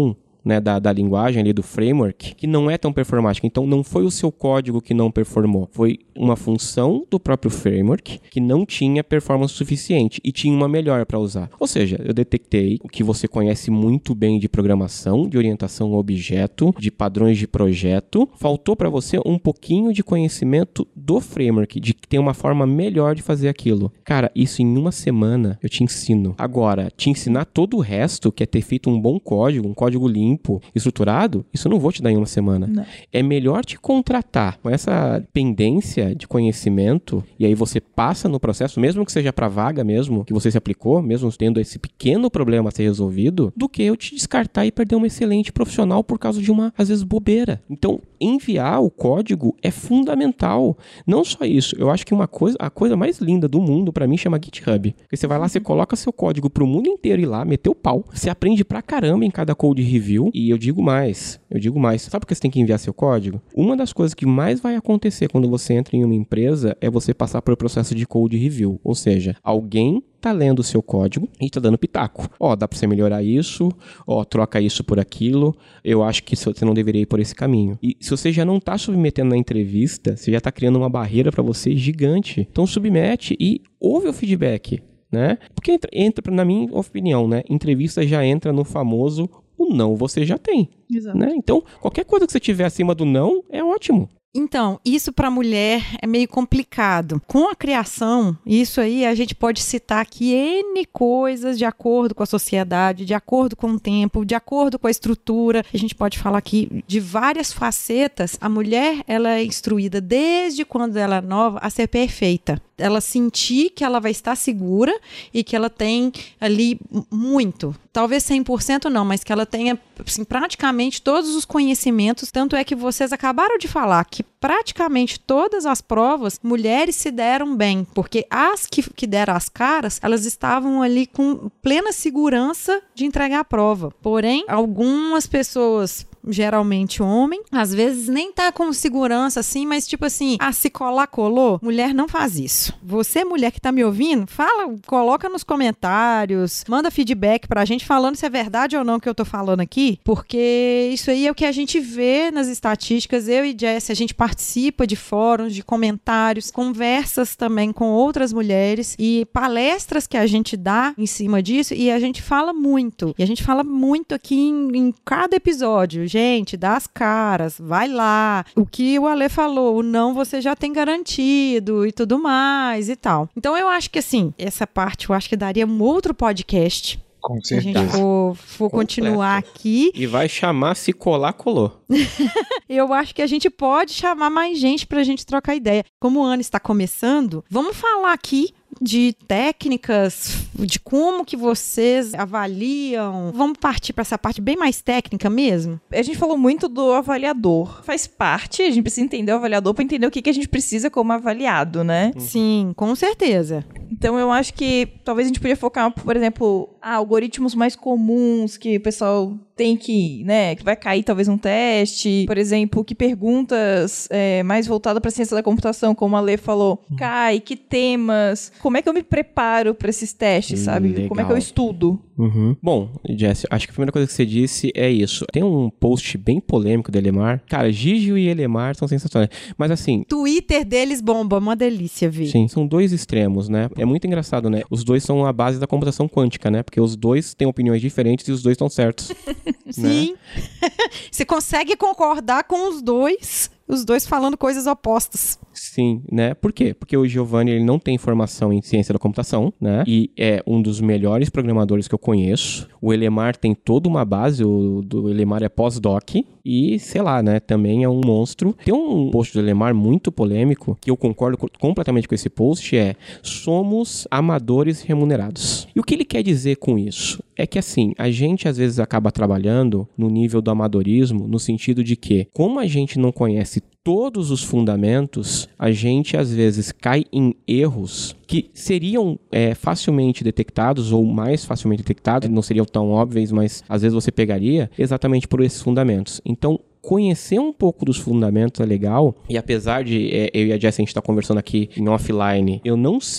né, da linguagem ali, do framework, que não é tão performática. Então, não foi o seu código que não performou. Foi uma função do próprio framework que não tinha performance suficiente e tinha uma melhor para usar. Ou seja, eu detectei o que você conhece muito bem de programação, de orientação a objeto, de padrões de projeto. Faltou para você um pouquinho de conhecimento do framework, de que tem uma forma melhor de fazer aquilo. Cara, isso em uma semana eu te ensino. Agora, te ensinar todo o resto, que é ter feito um bom código, um código limpo, estruturado, isso eu não vou te dar em uma semana. Não. É melhor te contratar com essa pendência de conhecimento e aí você passa no processo, mesmo que seja para vaga mesmo, que você se aplicou, mesmo tendo esse pequeno problema a ser resolvido, do que eu te descartar e perder um excelente profissional por causa de uma, às vezes, bobeira. Então, enviar o código é fundamental. Não só isso, eu acho que a coisa mais linda do mundo pra mim chama GitHub. Porque você vai lá, você coloca seu código pro mundo inteiro ir lá, meter o pau, você aprende pra caramba em cada code review, e eu digo mais, sabe por que você tem que enviar seu código? Uma das coisas que mais vai acontecer quando você entra em uma empresa é você passar pelo processo de code review, ou seja, alguém tá lendo o seu código e tá dando pitaco. Ó, dá pra você melhorar isso, ó, troca isso por aquilo, eu acho que você não deveria ir por esse caminho. E se você já não tá submetendo na entrevista, você já tá criando uma barreira pra você gigante. Então submete e ouve o feedback, né? Porque entra na minha opinião, né? Entrevista já entra no famoso o não você já tem. Exato. Né? Então, qualquer coisa que você tiver acima do não é ótimo. Então, isso para a mulher é meio complicado. Com a criação, isso aí a gente pode citar aqui N coisas de acordo com a sociedade, de acordo com o tempo, de acordo com a estrutura. A gente pode falar aqui de várias facetas. A mulher, ela é instruída desde quando ela é nova a ser perfeita. Ela sentir que ela vai estar segura e que ela tem ali muito, talvez 100% não, mas que ela tenha assim, praticamente todos os conhecimentos, tanto é que vocês acabaram de falar que praticamente todas as provas, mulheres se deram bem, porque as que deram as caras, elas estavam ali com plena segurança de entregar a prova. Porém, algumas pessoas, geralmente homem, às vezes nem tá com segurança assim, mas tipo assim, se colar, colou, mulher não faz isso. Você, mulher que tá me ouvindo, fala, coloca nos comentários, manda feedback pra gente falando se é verdade ou não que eu tô falando aqui, porque isso aí é o que a gente vê nas estatísticas. Eu e Jess, a gente participa de fóruns, de comentários, conversas também com outras mulheres e palestras que a gente dá em cima disso, e a gente fala muito. E a gente fala muito aqui em cada episódio. Gente, dá as caras, vai lá. O que o Ale falou, o não você já tem garantido e tudo mais e tal. Então eu acho que assim, essa parte eu acho que daria um outro podcast. Com Se a certeza. gente for continuar aqui. E vai chamar se colar, colou. Eu acho que a gente pode chamar mais gente pra gente trocar ideia. Como o ano está começando, vamos falar aqui de técnicas, de como que vocês avaliam. Vamos partir para essa parte bem mais técnica mesmo? A gente falou muito do avaliador. Faz parte, a gente precisa entender o avaliador para entender o que a gente precisa como avaliado, né? Sim, com certeza. Então eu acho que talvez a gente podia focar, por exemplo, algoritmos mais comuns que o pessoal tem que, né, que vai cair talvez um teste, por exemplo, que perguntas mais voltadas para ciência da computação, como a Lê falou, cai, que temas, como é que eu me preparo para esses testes, sabe? Legal. Como é que eu estudo? Uhum. Bom, Jess, acho que a primeira coisa que você disse é isso. Tem um post bem polêmico do Elemar. Cara, Gigio e Elemar são sensacionais. Mas assim... Twitter deles bomba, uma delícia ver. Sim, são dois extremos, né? É muito engraçado, né? Os dois são a base da computação quântica, né? Porque os dois têm opiniões diferentes e os dois estão certos. Sim. Né? Você consegue concordar com os dois falando coisas opostas. Sim, né? Por quê? Porque o Giovanni, ele não tem formação em ciência da computação, né? E é um dos melhores programadores que eu conheço. O Elemar tem toda uma base, o do Elemar é pós-doc e, sei lá, né? Também é um monstro. Tem um post do Elemar muito polêmico, que eu concordo completamente com esse post, somos amadores remunerados. E o que ele quer dizer com isso? É que, assim, a gente às vezes acaba trabalhando no nível do amadorismo, no sentido de que, como a gente não conhece todos os fundamentos, a gente às vezes cai em erros que seriam facilmente detectados ou mais facilmente detectados, não seriam tão óbvios, mas às vezes você pegaria exatamente por esses fundamentos. Então, conhecer um pouco dos fundamentos é legal, e apesar de eu e a Jess a gente estar conversando aqui em offline, eu não ser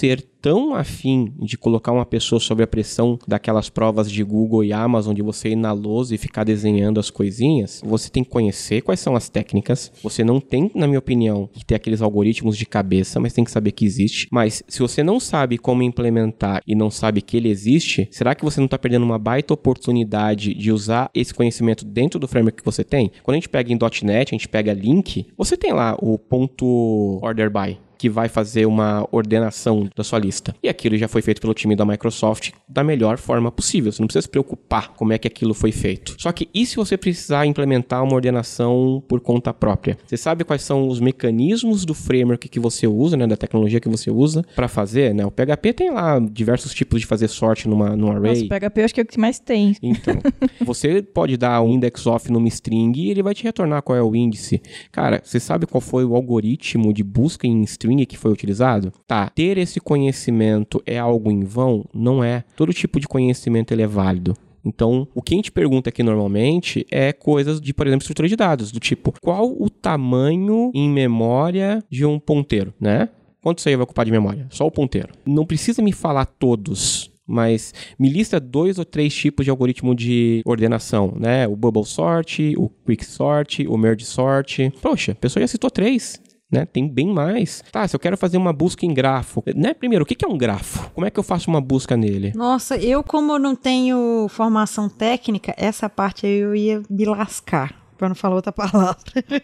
tão afim de colocar uma pessoa sob a pressão daquelas provas de Google e Amazon, de você ir na lousa e ficar desenhando as coisinhas, você tem que conhecer quais são as técnicas. Você não tem, na minha opinião, que ter aqueles algoritmos de cabeça, mas tem que saber que existe. Mas se você não sabe como implementar e não sabe que ele existe, será que você não está perdendo uma baita oportunidade de usar esse conhecimento dentro do framework que você tem? Quando a gente pega em .NET, a gente pega link, você tem lá o ponto order by, que vai fazer uma ordenação da sua lista. E aquilo já foi feito pelo time da Microsoft da melhor forma possível. Você não precisa se preocupar como é que aquilo foi feito. Só que e se você precisar implementar uma ordenação por conta própria? Você sabe quais são os mecanismos do framework que você usa, né, da tecnologia que você usa para fazer, né? O PHP tem lá diversos tipos de fazer sort num array. Nossa, o PHP eu acho que é o que mais tem. Então, você pode dar um index off numa string e ele vai te retornar qual é o índice. Cara, você sabe qual foi o algoritmo de busca em string que foi utilizado? Tá, ter esse conhecimento é algo em vão? Não é. Todo tipo de conhecimento ele é válido. Então, o que a gente pergunta aqui normalmente é coisas de, por exemplo, estrutura de dados, do tipo, qual o tamanho em memória de um ponteiro, né? Quanto isso aí vai ocupar de memória? Só o ponteiro. Não precisa me falar todos, mas me lista 2 ou 3 tipos de algoritmo de ordenação, né? O bubble sort, o quick sort, o merge sort. Poxa, a pessoa já citou 3. Né? Tem bem mais. Tá, se eu quero fazer uma busca em grafo, né? Primeiro, o que é um grafo? Como é que eu faço uma busca nele? Nossa, eu como não tenho formação técnica, essa parte aí eu ia me lascar. Pra não falar outra palavra.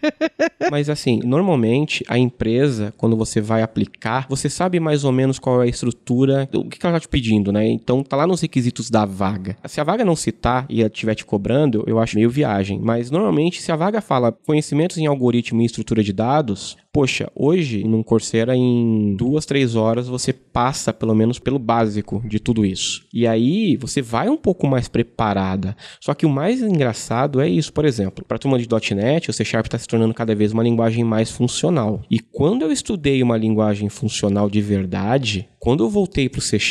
Mas assim, normalmente a empresa, quando você vai aplicar, você sabe mais ou menos qual é a estrutura, o que ela tá te pedindo, né? Então tá lá nos requisitos da vaga. Se a vaga não citar e ela estiver te cobrando, eu acho meio viagem. Mas normalmente, se a vaga fala conhecimentos em algoritmo e estrutura de dados, poxa, hoje, num Coursera, em 2, 3 horas, você passa pelo menos pelo básico de tudo isso. E aí, você vai um pouco mais preparada. Só que o mais engraçado é isso, por exemplo, para a turma de .NET, o C# está se tornando cada vez uma linguagem mais funcional. E quando eu estudei uma linguagem funcional de verdade, quando eu voltei para o C#,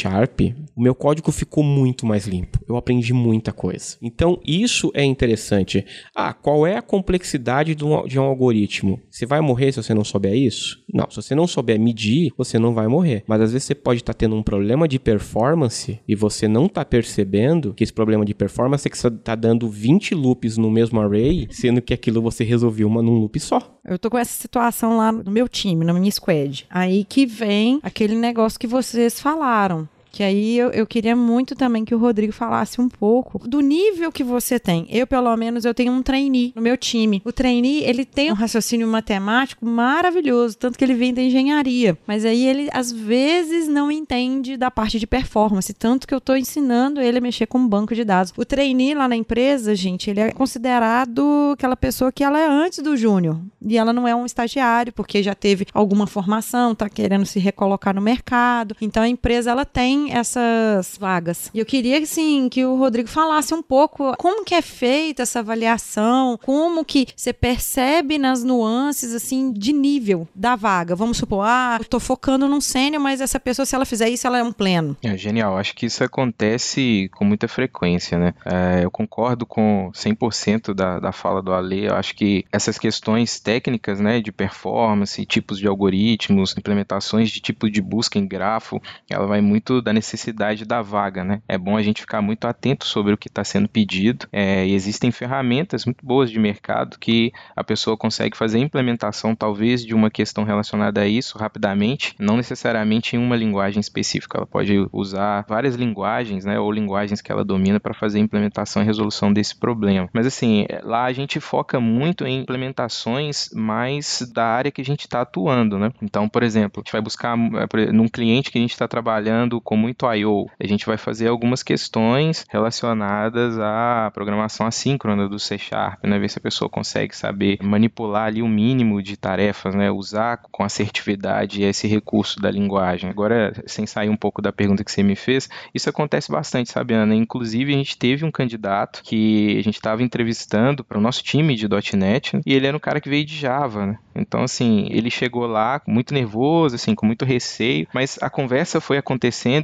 o meu código ficou muito mais limpo. Eu aprendi muita coisa. Então, isso é interessante. Qual é a complexidade de um algoritmo? Você vai morrer se você não souber isso? Não, se você não souber medir, você não vai morrer. Mas às vezes você pode estar tendo um problema de performance e você não está percebendo que esse problema de performance é que você está dando 20 loops no mesmo array, sendo que aquilo você resolveu num loop só. Eu tô com essa situação lá no meu time, na minha squad. Aí que vem aquele negócio que vocês falaram. Que aí eu queria muito também que o Rodrigo falasse um pouco do nível que você tem. Eu, pelo menos, eu tenho um trainee no meu time. O trainee, ele tem um raciocínio matemático maravilhoso, tanto que ele vem da engenharia. Mas aí ele, às vezes, não entende da parte de performance, tanto que eu tô ensinando ele a mexer com um banco de dados. O trainee lá na empresa, gente, ele é considerado aquela pessoa que ela é antes do júnior. E ela não é um estagiário, porque já teve alguma formação, tá querendo se recolocar no mercado. Então, a empresa, ela tem essas vagas. E eu queria, assim, que o Rodrigo falasse um pouco como que é feita essa avaliação, como que você percebe nas nuances, assim, de nível da vaga. Vamos supor, eu tô focando num sênior, mas essa pessoa, se ela fizer isso, ela é um pleno. Genial. Acho que isso acontece com muita frequência, né? Eu concordo com 100% da fala do Ale. Eu acho que essas questões técnicas, né, de performance, tipos de algoritmos, implementações de tipo de busca em grafo, ela vai muito da necessidade da vaga, né? É bom a gente ficar muito atento sobre o que está sendo pedido. E existem ferramentas muito boas de mercado que a pessoa consegue fazer a implementação, talvez, de uma questão relacionada a isso rapidamente, não necessariamente em uma linguagem específica. Ela pode usar várias linguagens, né, ou linguagens que ela domina para fazer a implementação e resolução desse problema. Mas, assim, lá a gente foca muito em implementações mais da área que a gente está atuando, né? Então, por exemplo, a gente vai buscar num cliente que a gente está trabalhando com muito I/O, a gente vai fazer algumas questões relacionadas à programação assíncrona do C#, né? Ver se a pessoa consegue saber manipular ali o mínimo de tarefas, né? Usar com assertividade esse recurso da linguagem. Agora, sem sair um pouco da pergunta que você me fez, isso acontece bastante, sabe, Ana? Inclusive, a gente teve um candidato que a gente estava entrevistando para o nosso time de .NET, né? E ele era um cara que veio de Java, né? Então, assim, ele chegou lá muito nervoso, assim, com muito receio, mas a conversa foi acontecendo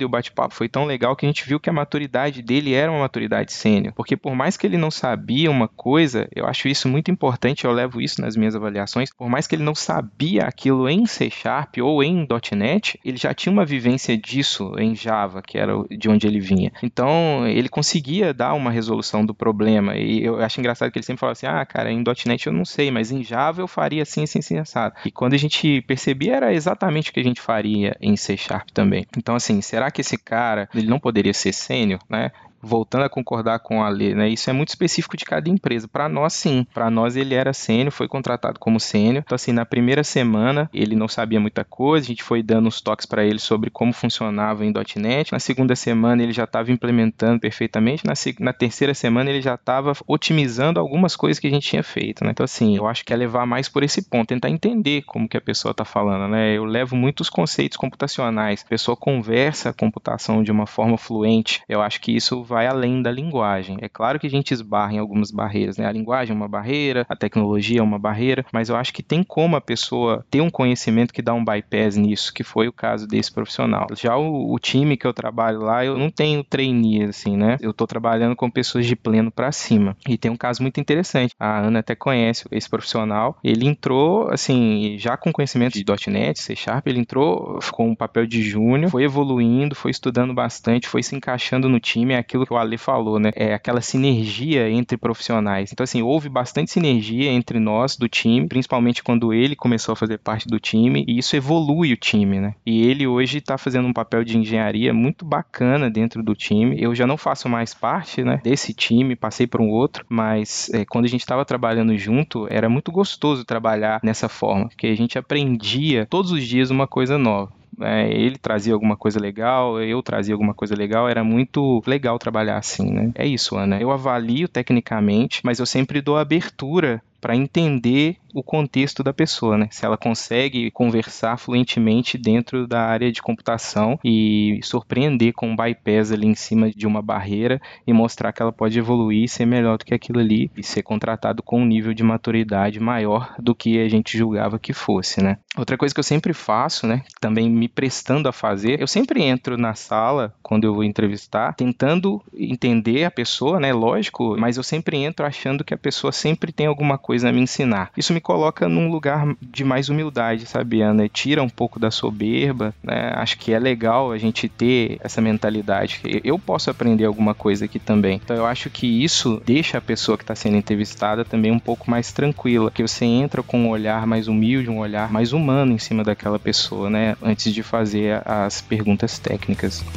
o bate-papo foi tão legal que a gente viu que a maturidade dele era uma maturidade sênior. Porque por mais que ele não sabia uma coisa, eu acho isso muito importante, eu levo isso nas minhas avaliações, por mais que ele não sabia aquilo em C# ou em .NET, ele já tinha uma vivência disso em Java, que era de onde ele vinha. Então, ele conseguia dar uma resolução do problema. E eu acho engraçado que ele sempre falava assim, cara, em .NET eu não sei, mas em Java eu faria assim, assim, assim, assado. E quando a gente percebia, era exatamente o que a gente faria em C# também. Então, assim, será que esse cara, ele não poderia ser sênior, né? Voltando a concordar com a Lê, né? Isso é muito específico de cada empresa. Para nós, sim. Para nós, ele era sênior, foi contratado como sênior. Então, assim, na primeira semana, ele não sabia muita coisa. A gente foi dando uns toques para ele sobre como funcionava em .NET. Na segunda semana, ele já estava implementando perfeitamente. Na terceira semana, ele já estava otimizando algumas coisas que a gente tinha feito, né? Então, assim, eu acho que é levar mais por esse ponto. Tentar entender como que a pessoa está falando, né? Eu levo muitos conceitos computacionais. A pessoa conversa a computação de uma forma fluente. Eu acho que isso vai além da linguagem. É claro que a gente esbarra em algumas barreiras, né? A linguagem é uma barreira, a tecnologia é uma barreira, mas eu acho que tem como a pessoa ter um conhecimento que dá um bypass nisso, que foi o caso desse profissional. Já o time que eu trabalho lá, eu não tenho trainee, assim, né? Eu tô trabalhando com pessoas de pleno para cima. E tem um caso muito interessante. A Ana até conhece esse profissional. Ele entrou, assim, já com conhecimento de .NET, C#, ele entrou com um papel de júnior, foi evoluindo, foi estudando bastante, foi se encaixando no time, é aquilo que o Ale falou, né? É aquela sinergia entre profissionais. Então, assim, houve bastante sinergia entre nós do time, principalmente quando ele começou a fazer parte do time, e isso evolui o time, né? E ele hoje está fazendo um papel de engenharia muito bacana dentro do time. Eu já não faço mais parte, né, desse time, passei para um outro, mas quando a gente estava trabalhando junto, era muito gostoso trabalhar nessa forma, porque a gente aprendia todos os dias uma coisa nova. Ele trazia alguma coisa legal, eu trazia alguma coisa legal, era muito legal trabalhar assim, né? É isso, Ana. Eu avalio tecnicamente, mas eu sempre dou abertura para entender o contexto da pessoa, né? Se ela consegue conversar fluentemente dentro da área de computação e surpreender com um bypass ali em cima de uma barreira e mostrar que ela pode evoluir e ser melhor do que aquilo ali e ser contratado com um nível de maturidade maior do que a gente julgava que fosse, né? Outra coisa que eu sempre faço, né? Também me prestando a fazer, eu sempre entro na sala quando eu vou entrevistar, tentando entender a pessoa, né? Lógico, mas eu sempre entro achando que a pessoa sempre tem alguma coisa a me ensinar. Isso me coloca num lugar de mais humildade, sabe, Ana? Tira um pouco da soberba, né? Acho que é legal a gente ter essa mentalidade. Eu posso aprender alguma coisa aqui também. Então eu acho que isso deixa a pessoa que está sendo entrevistada também um pouco mais tranquila, que você entra com um olhar mais humilde, um olhar mais humano em cima daquela pessoa, né? Antes de fazer as perguntas técnicas.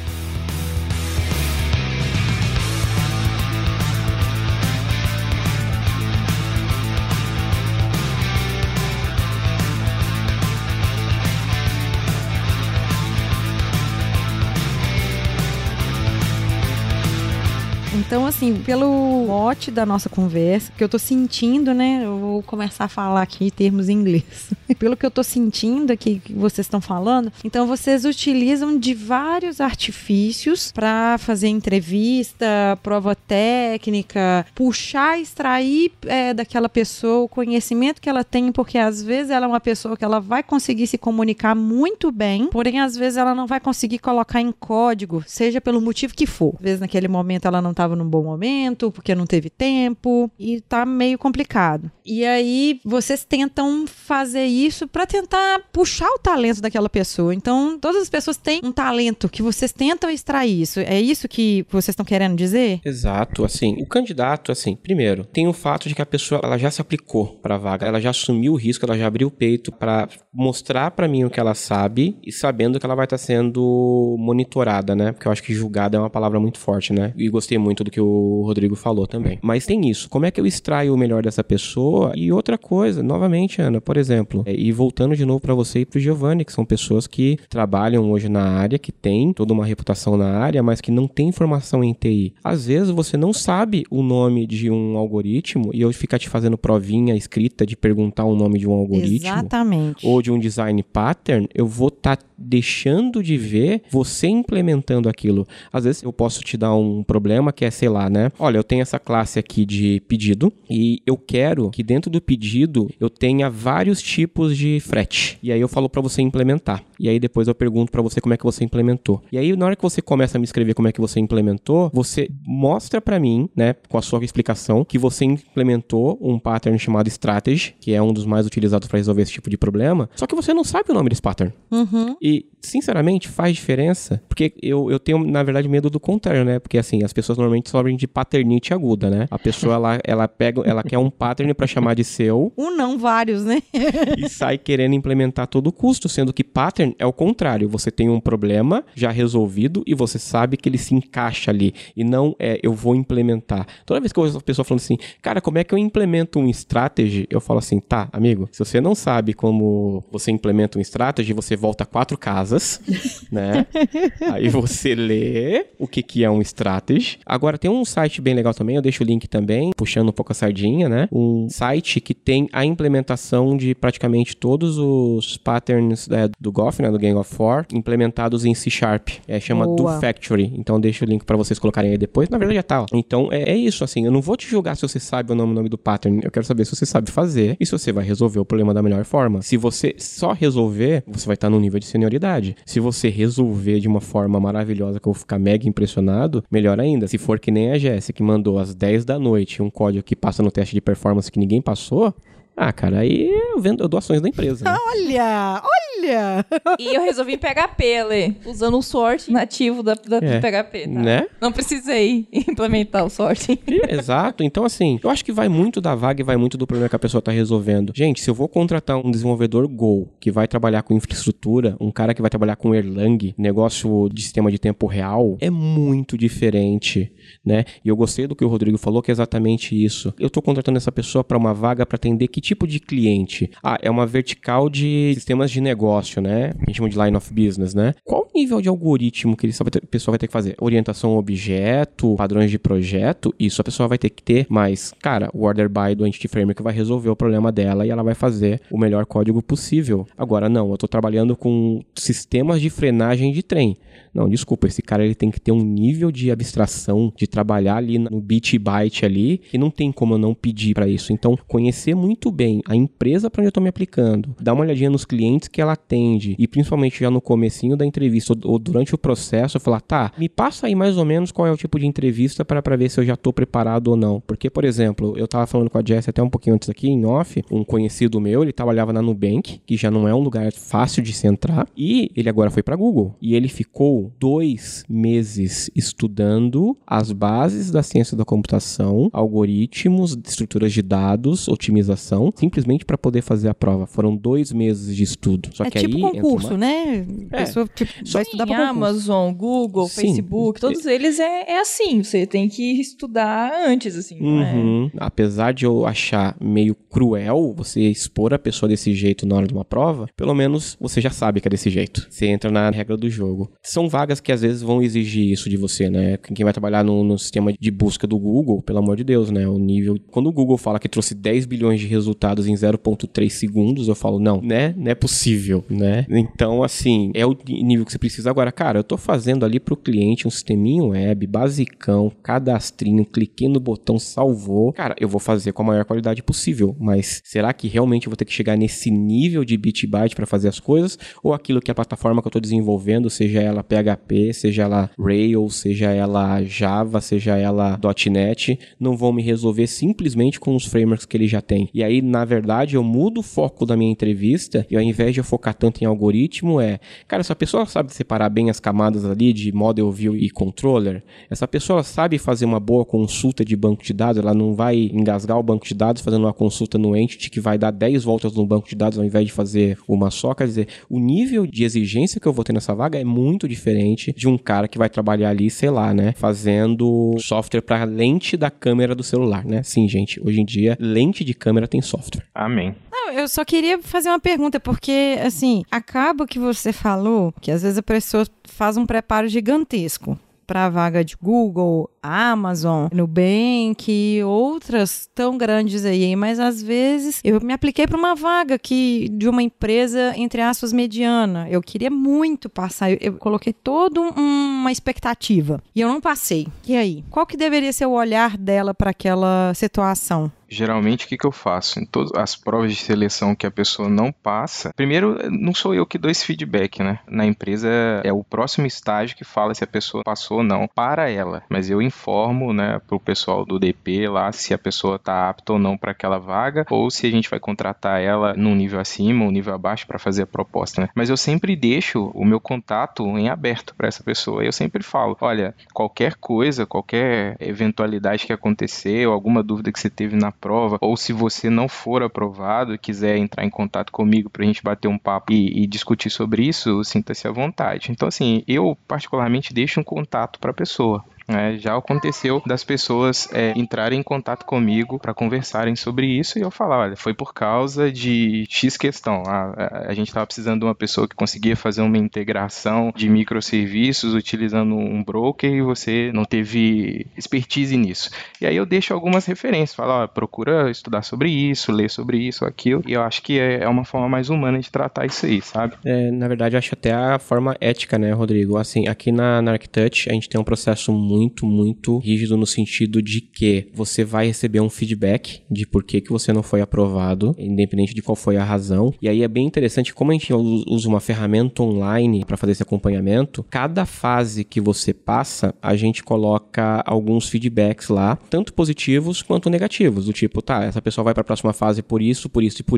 Então, assim, pelo mote da nossa conversa, que eu tô sentindo, né? Eu vou começar a falar aqui em termos em inglês. Pelo que eu tô sentindo aqui que vocês estão falando, então vocês utilizam de vários artifícios para fazer entrevista, prova técnica, puxar, extrair daquela pessoa o conhecimento que ela tem, porque às vezes ela é uma pessoa que ela vai conseguir se comunicar muito bem, porém às vezes ela não vai conseguir colocar em código, seja pelo motivo que for. Às vezes naquele momento ela não estava num bom momento, porque não teve tempo, e tá meio complicado. E aí vocês tentam fazer isso para tentar puxar o talento daquela pessoa. Então, todas as pessoas têm um talento que vocês tentam extrair isso. É isso que vocês estão querendo dizer? Exato, assim, o candidato, assim, primeiro, tem o fato de que a pessoa, ela já se aplicou pra vaga, ela já assumiu o risco, ela já abriu o peito pra mostrar pra mim o que ela sabe e sabendo que ela vai estar sendo monitorada, né? Porque eu acho que julgada é uma palavra muito forte, né? E gostei muito do que o Rodrigo falou também. Mas tem isso, como é que eu extraio o melhor dessa pessoa? E outra coisa, novamente, Ana, por exemplo, e voltando de novo pra você e pro Giovanni, que são pessoas que trabalham hoje na área, que tem toda uma reputação na área, mas que não tem formação em TI. Às vezes você não sabe o nome de um algoritmo e eu ficar te fazendo provinha escrita de perguntar o nome de um algoritmo. Exatamente. Ou de um design pattern, eu vou estar deixando de ver você implementando aquilo. Às vezes eu posso te dar um problema que é, sei lá, né? Olha, eu tenho essa classe aqui de pedido e eu quero que dentro do pedido eu tenha vários tipos de frete. E aí eu falo para você implementar. E aí depois eu pergunto para você como é que você implementou. E aí na hora que você começa a me escrever como é que você implementou, você mostra para mim, né, com a sua explicação, que você implementou um pattern chamado strategy, que é um dos mais utilizados para resolver esse tipo de problema, só que você não sabe o nome desse pattern. E, sinceramente, faz diferença, porque eu tenho, na verdade, medo do contrário, né? Porque, assim, as pessoas normalmente sofrem de paternite aguda, né? A pessoa, ela quer um pattern pra chamar de seu. Não, vários, né? E sai querendo implementar a todo custo, sendo que pattern é o contrário. Você tem um problema já resolvido e você sabe que ele se encaixa ali. E não eu vou implementar. Toda vez que eu ouço a pessoa falando assim, cara, como é que eu implemento um strategy? Eu falo assim, tá, amigo, se você não sabe como você implementa um strategy, você volta 4 casas, né? Aí você lê o que é um strategy. Agora tem um site bem legal também, eu deixo o link também, puxando um pouco a sardinha, né? Um site que tem a implementação de praticamente todos os patterns do Goff, né? Do Gang of Four, implementados em C#. Chama Do Factory. Então deixa o link pra vocês colocarem aí depois. Na verdade já tá, ó. Então é isso, assim, eu não vou te julgar se você sabe o nome do pattern, eu quero saber se você sabe fazer e se você vai resolver o problema da melhor forma. Se você só resolver, você vai estar num nível de senioridade. Se você resolver de uma forma maravilhosa que eu vou ficar mega impressionado, melhor ainda. Se for que nem a Jéssica que mandou às 10 da noite um código que passa no teste de performance que ninguém passou, cara, aí eu dou ações da empresa. Né? Olha! E eu resolvi em PHP, Lê, usando o sorting nativo do PHP, tá? Né? Não precisei implementar o sorting. Exato. Então, assim, eu acho que vai muito da vaga e vai muito do problema que a pessoa tá resolvendo. Gente, se eu vou contratar um desenvolvedor Go, que vai trabalhar com infraestrutura, um cara que vai trabalhar com Erlang, negócio de sistema de tempo real, é muito diferente, né? E eu gostei do que o Rodrigo falou, que é exatamente isso. Eu tô contratando essa pessoa para uma vaga para atender que tipo de cliente? É uma vertical de sistemas de negócio, né? A gente chama de line of business, né? Qual o nível de algoritmo que a pessoa vai ter que fazer? Orientação a objeto, padrões de projeto? Isso a pessoa vai ter que ter, mas, cara, o order by do Entity Framework vai resolver o problema dela e ela vai fazer o melhor código possível. Agora, não, eu tô trabalhando com sistemas de frenagem de trem. Não, desculpa, esse cara ele tem que ter um nível de abstração, de trabalhar ali no bit byte ali, e não tem como eu não pedir para isso. Então, conhecer muito bem a empresa para onde eu tô me aplicando, dar uma olhadinha nos clientes que ela atende, e principalmente já no comecinho da entrevista ou durante o processo, eu falar, tá, me passa aí mais ou menos qual é o tipo de entrevista para ver se eu já tô preparado ou não. Porque, por exemplo, eu tava falando com a Jess até um pouquinho antes aqui, em off, um conhecido meu, ele trabalhava na Nubank, que já não é um lugar fácil de se entrar, e ele agora foi pra Google. E ele ficou 2 meses estudando as bases da ciência da computação, algoritmos, estruturas de dados, otimização, simplesmente para poder fazer a prova. Foram 2 meses de estudo. Só que tipo aí concurso, né? A pessoa vai estudar para concurso. Amazon, Google, Sim. Facebook, todos eles é assim. Você tem que estudar antes, assim. Não é? Apesar de eu achar meio cruel você expor a pessoa desse jeito na hora de uma prova, pelo menos você já sabe que é desse jeito. Você entra na regra do jogo. São vagas que às vezes vão exigir isso de você, né? Quem vai trabalhar no sistema de busca do Google, pelo amor de Deus, né? O nível... Quando o Google fala que trouxe 10 bilhões de resultados em 0.3 segundos, eu falo, não, né? Não é possível, né? Então, assim, é o nível que você precisa. Agora, cara, eu tô fazendo ali pro cliente um sisteminho web, basicão, cadastrinho, cliquei no botão, salvou. Cara, eu vou fazer com a maior qualidade possível, mas será que realmente eu vou ter que chegar nesse nível de bit byte para fazer as coisas? Ou aquilo que a plataforma que eu tô desenvolvendo, seja ela PHP, seja ela Rails, seja ela Java, seja ela .NET, não vão me resolver simplesmente com os frameworks que ele já tem. E aí, na verdade, eu mudo o foco da minha entrevista e ao invés de eu focar tanto em algoritmo, cara, essa pessoa sabe separar bem as camadas ali de model view e controller? Essa pessoa sabe fazer uma boa consulta de banco de dados? Ela não vai engasgar o banco de dados fazendo uma consulta no entity que vai dar 10 voltas no banco de dados ao invés de fazer uma só? Quer dizer, o nível de exigência que eu vou ter nessa vaga é muito diferente de um cara que vai trabalhar ali, sei lá, né, fazendo software para lente da câmera do celular, né? Sim, gente, hoje em dia, lente de câmera tem software. Amém. Não, eu só queria fazer uma pergunta, porque, assim, acaba que você falou que às vezes a pessoa faz um preparo gigantesco para a vaga de Google, Amazon, Nubank, outras tão grandes aí, mas às vezes eu me apliquei para uma vaga de uma empresa, entre aspas, mediana. Eu queria muito passar, eu coloquei toda uma expectativa e eu não passei. E aí? Qual que deveria ser o olhar dela para aquela situação? Geralmente, o que eu faço? Em todas as provas de seleção que a pessoa não passa, primeiro, não sou eu que dou esse feedback, né? Na empresa é o próximo estágio que fala se a pessoa passou ou não para ela. Mas eu informo, né, pro pessoal do DP lá se a pessoa tá apta ou não para aquela vaga, ou se a gente vai contratar ela num nível acima ou nível abaixo para fazer a proposta, né? Mas eu sempre deixo o meu contato em aberto para essa pessoa. Eu sempre falo, olha, qualquer coisa, qualquer eventualidade que acontecer, ou alguma dúvida que você teve na prova, ou se você não for aprovado e quiser entrar em contato comigo pra gente bater um papo e discutir sobre isso, sinta-se à vontade. Então, assim, eu particularmente deixo um contato pra pessoa. Já aconteceu das pessoas entrarem em contato comigo para conversarem sobre isso e eu falar, olha, foi por causa de X questão. A gente estava precisando de uma pessoa que conseguia fazer uma integração de microserviços utilizando um broker e você não teve expertise nisso. E aí eu deixo algumas referências, falo, ó, procura estudar sobre isso, ler sobre isso, aquilo. E eu acho que é uma forma mais humana de tratar isso aí, sabe? Na verdade, eu acho até a forma ética, né, Rodrigo? Assim, aqui na ArcTouch, a gente tem um processo muito rígido no sentido de que você vai receber um feedback de por que você não foi aprovado, independente de qual foi a razão. E aí é bem interessante, como a gente usa uma ferramenta online para fazer esse acompanhamento, cada fase que você passa, a gente coloca alguns feedbacks lá, tanto positivos quanto negativos, do tipo, tá, essa pessoa vai para a próxima fase por isso,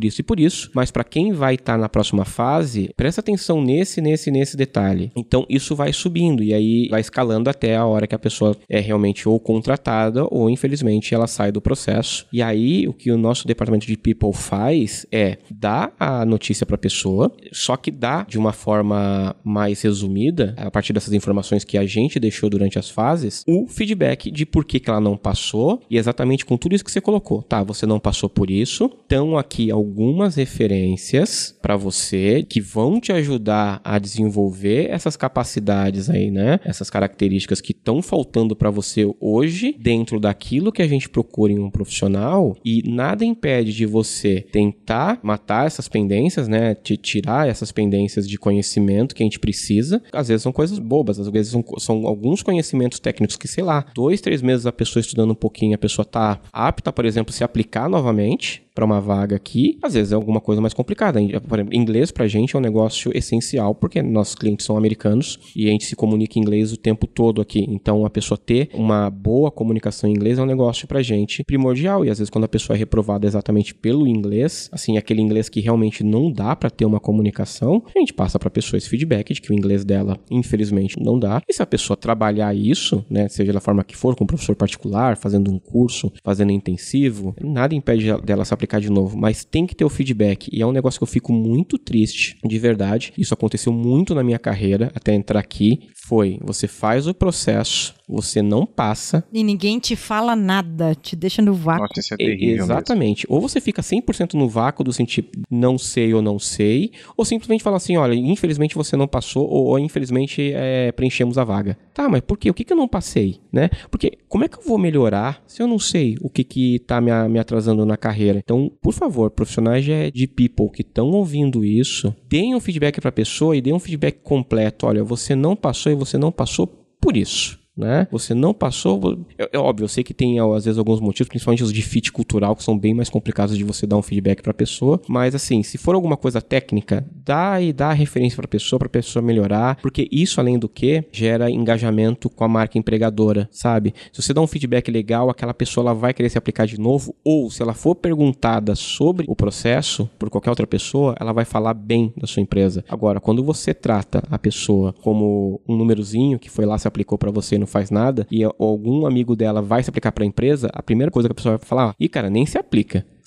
mas para quem vai estar na próxima fase, presta atenção nesse detalhe. Então isso vai subindo e aí vai escalando até a hora que a pessoa é realmente ou contratada ou, infelizmente, ela sai do processo. E aí, o que o nosso departamento de People faz é dar a notícia para a pessoa, só que dá de uma forma mais resumida, a partir dessas informações que a gente deixou durante as fases, o feedback de por que ela não passou e exatamente com tudo isso que você colocou. Tá, você não passou por isso. Então, aqui algumas referências para você que vão te ajudar a desenvolver essas capacidades aí, né? Essas características que estão faltando para você hoje, dentro daquilo que a gente procura em um profissional, e nada impede de você tentar matar essas pendências, né? Tirar essas pendências de conhecimento que a gente precisa. Às vezes são coisas bobas, às vezes são alguns conhecimentos técnicos que, sei lá, 2-3 meses a pessoa estudando um pouquinho, a pessoa tá apta, por exemplo, se aplicar novamente para uma vaga aqui, às vezes é alguma coisa mais complicada. Por exemplo, inglês pra gente é um negócio essencial, porque nossos clientes são americanos e a gente se comunica em inglês o tempo todo aqui. Então, a pessoa ter uma boa comunicação em inglês é um negócio pra gente primordial. E às vezes, quando a pessoa é reprovada exatamente pelo inglês, assim, aquele inglês que realmente não dá pra ter uma comunicação, a gente passa pra pessoa esse feedback de que o inglês dela, infelizmente, não dá. E se a pessoa trabalhar isso, né, seja da forma que for, com um professor particular, fazendo um curso, fazendo intensivo, nada impede dela se aplicar de novo, mas tem que ter o feedback, e é um negócio que eu fico muito triste, de verdade. Isso aconteceu muito na minha carreira, até entrar aqui, você faz o processo, você não passa. E ninguém te fala nada, te deixa no vácuo. Nossa, isso é terrível. Exatamente. Mesmo. Ou você fica 100% no vácuo do sentido não sei ou não sei, ou simplesmente fala assim, olha, infelizmente você não passou, ou infelizmente preenchemos a vaga. Tá, mas por quê? O que eu não passei, né? Porque como é que eu vou melhorar se eu não sei o que tá me atrasando na carreira? Então, por favor, profissionais de people que estão ouvindo isso, deem um feedback pra pessoa e deem um feedback completo. Olha, você não passou e você não passou por isso. Né? Você não passou... É óbvio, eu sei que tem às vezes alguns motivos, principalmente os de fit cultural, que são bem mais complicados de você dar um feedback pra pessoa, mas assim, se for alguma coisa técnica, dá a referência pra pessoa melhorar, porque isso, além do que, gera engajamento com a marca empregadora, sabe? Se você dá um feedback legal, aquela pessoa ela vai querer se aplicar de novo, ou se ela for perguntada sobre o processo por qualquer outra pessoa, ela vai falar bem da sua empresa. Agora, quando você trata a pessoa como um númerozinho que foi lá, se aplicou pra você e não faz nada, e algum amigo dela vai se aplicar para a empresa, a primeira coisa que a pessoa vai falar, cara, nem se aplica.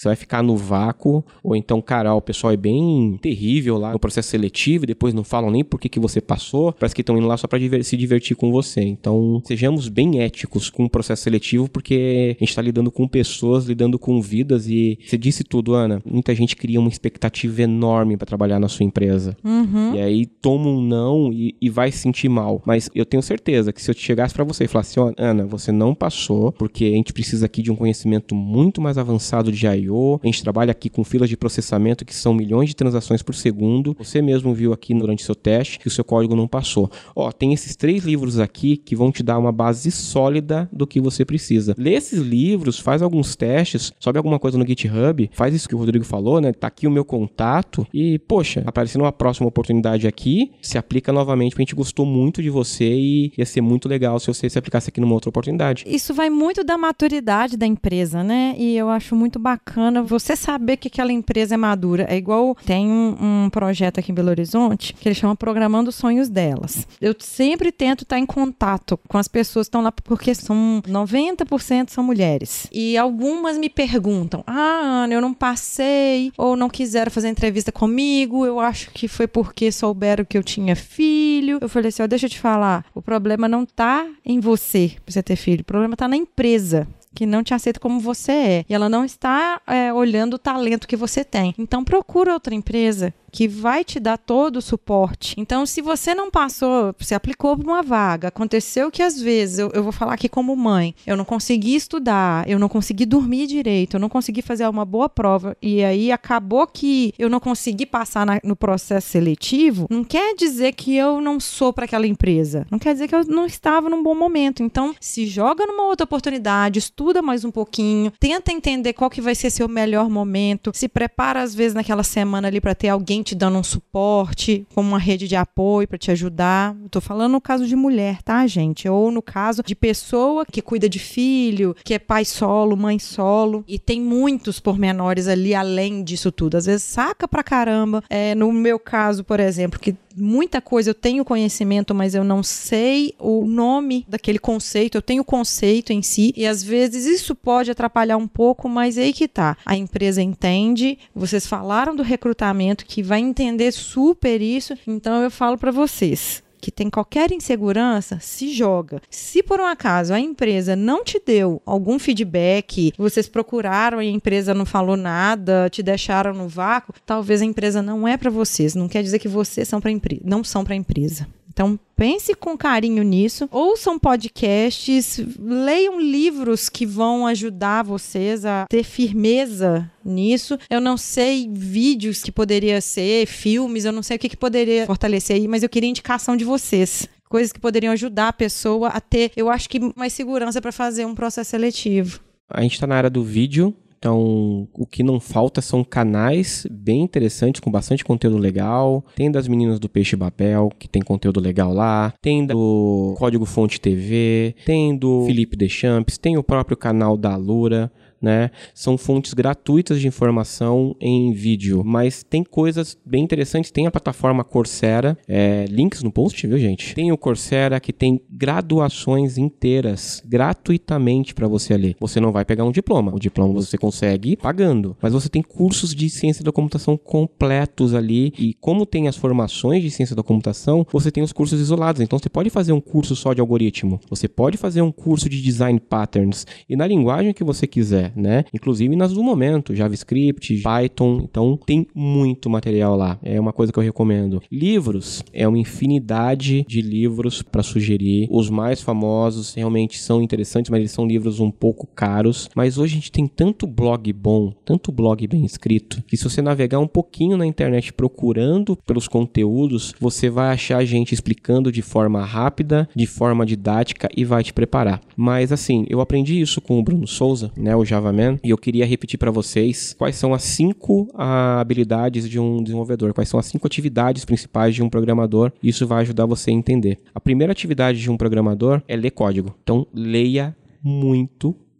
Você vai ficar no vácuo, ou então, cara, o pessoal é bem terrível lá no processo seletivo e depois não falam nem por que você passou, parece que estão indo lá só pra se divertir com você. Então, sejamos bem éticos com o processo seletivo, porque a gente tá lidando com pessoas, lidando com vidas, e você disse tudo, Ana, muita gente cria uma expectativa enorme pra trabalhar na sua empresa. E aí toma um não e vai se sentir mal. Mas eu tenho certeza que se eu chegasse pra você e falasse, ó, Ana, você não passou, porque a gente precisa aqui de um conhecimento muito mais avançado de I/O, a gente trabalha aqui com filas de processamento que são milhões de transações por segundo, você mesmo viu aqui durante seu teste que o seu código não passou. Ó, tem esses 3 livros aqui que vão te dar uma base sólida do que você precisa. Lê esses livros, faz alguns testes, sobe alguma coisa no GitHub, faz isso que o Rodrigo falou, né? Tá aqui o meu contato e, poxa, aparecendo uma próxima oportunidade aqui, se aplica novamente, porque a gente gostou muito de você e ia ser muito legal se você se aplicasse aqui numa outra oportunidade. Isso vai muito da maturidade da empresa, né? E eu acho muito bacana você saber que aquela empresa é madura. É igual, tem um projeto aqui em Belo Horizonte que ele chama Programando os Sonhos Delas. Eu sempre tento estar em contato com as pessoas que estão lá, porque são 90% são mulheres. E algumas me perguntam, Ana, eu não passei, ou não quiseram fazer entrevista comigo, eu acho que foi porque souberam que eu tinha filho. Eu falei assim, ó, deixa eu te falar, o problema não tá em você, pra você ter filho, o problema tá na empresa, que não te aceita como você é. E ela não está olhando o talento que você tem. Então, procura outra empresa que vai te dar todo o suporte. Então, se você não passou, você aplicou para uma vaga, aconteceu que às vezes, eu vou falar aqui como mãe, eu não consegui estudar, eu não consegui dormir direito, eu não consegui fazer uma boa prova, e aí acabou que eu não consegui passar no processo seletivo, não quer dizer que eu não sou para aquela empresa, não quer dizer que eu não estava num bom momento. Então, se joga numa outra oportunidade, estuda mais um pouquinho, tenta entender qual que vai ser seu melhor momento, se prepara às vezes naquela semana ali para ter alguém te dando um suporte, como uma rede de apoio para te ajudar. Eu tô falando no caso de mulher, tá, gente? Ou no caso de pessoa que cuida de filho, que é pai solo, mãe solo, e tem muitos pormenores ali além disso tudo. Às vezes saca pra caramba. No meu caso, por exemplo, que muita coisa eu tenho conhecimento, mas eu não sei o nome daquele conceito, eu tenho o conceito em si, e às vezes isso pode atrapalhar um pouco, mas aí que tá. A empresa entende, vocês falaram do recrutamento, que vai entender super isso, então eu falo para vocês que tem qualquer insegurança, se joga. Se por um acaso a empresa não te deu algum feedback, vocês procuraram e a empresa não falou nada, te deixaram no vácuo, talvez a empresa não é para vocês. Não quer dizer que vocês não são para a empresa. Então, pense com carinho nisso, ouçam podcasts, leiam livros que vão ajudar vocês a ter firmeza nisso. Eu não sei vídeos que poderia ser, filmes, eu não sei o que poderia fortalecer aí, mas eu queria indicação de vocês. Coisas que poderiam ajudar a pessoa a ter, eu acho que, mais segurança para fazer um processo seletivo. A gente está na área do vídeo. Então, o que não falta são canais bem interessantes, com bastante conteúdo legal. Tem das meninas do Peixe Babel, que tem conteúdo legal lá. Tem do Código Fonte TV. Tem do Felipe Deschamps. Tem o próprio canal da Alura, né? São fontes gratuitas de informação em vídeo, mas tem coisas bem interessantes. Tem a plataforma Coursera, links no post, viu, gente? Tem o Coursera, que tem graduações inteiras gratuitamente para você ler. Você não vai pegar um diploma, o diploma você consegue pagando, mas você tem cursos de ciência da computação completos ali, e como tem as formações de ciência da computação, você tem os cursos isolados. Então você pode fazer um curso só de algoritmo, você pode fazer um curso de design patterns, e na linguagem que você quiser, né? Inclusive nas do momento, JavaScript, Python, então tem muito material lá. É uma coisa que eu recomendo. Livros, é uma infinidade de livros para sugerir. Os mais famosos realmente são interessantes, mas eles são livros um pouco caros. Mas hoje a gente tem tanto blog bom, tanto blog bem escrito, que se você navegar um pouquinho na internet procurando pelos conteúdos, você vai achar gente explicando de forma rápida, de forma didática, e vai te preparar. Mas assim, eu aprendi isso com o Bruno Souza, né, o JavaMan, e eu queria repetir para vocês quais são as 5 habilidades de um desenvolvedor, quais são as 5 atividades principais de um programador. Isso vai ajudar você a entender. A primeira atividade de um programador é ler código. Então, leia muito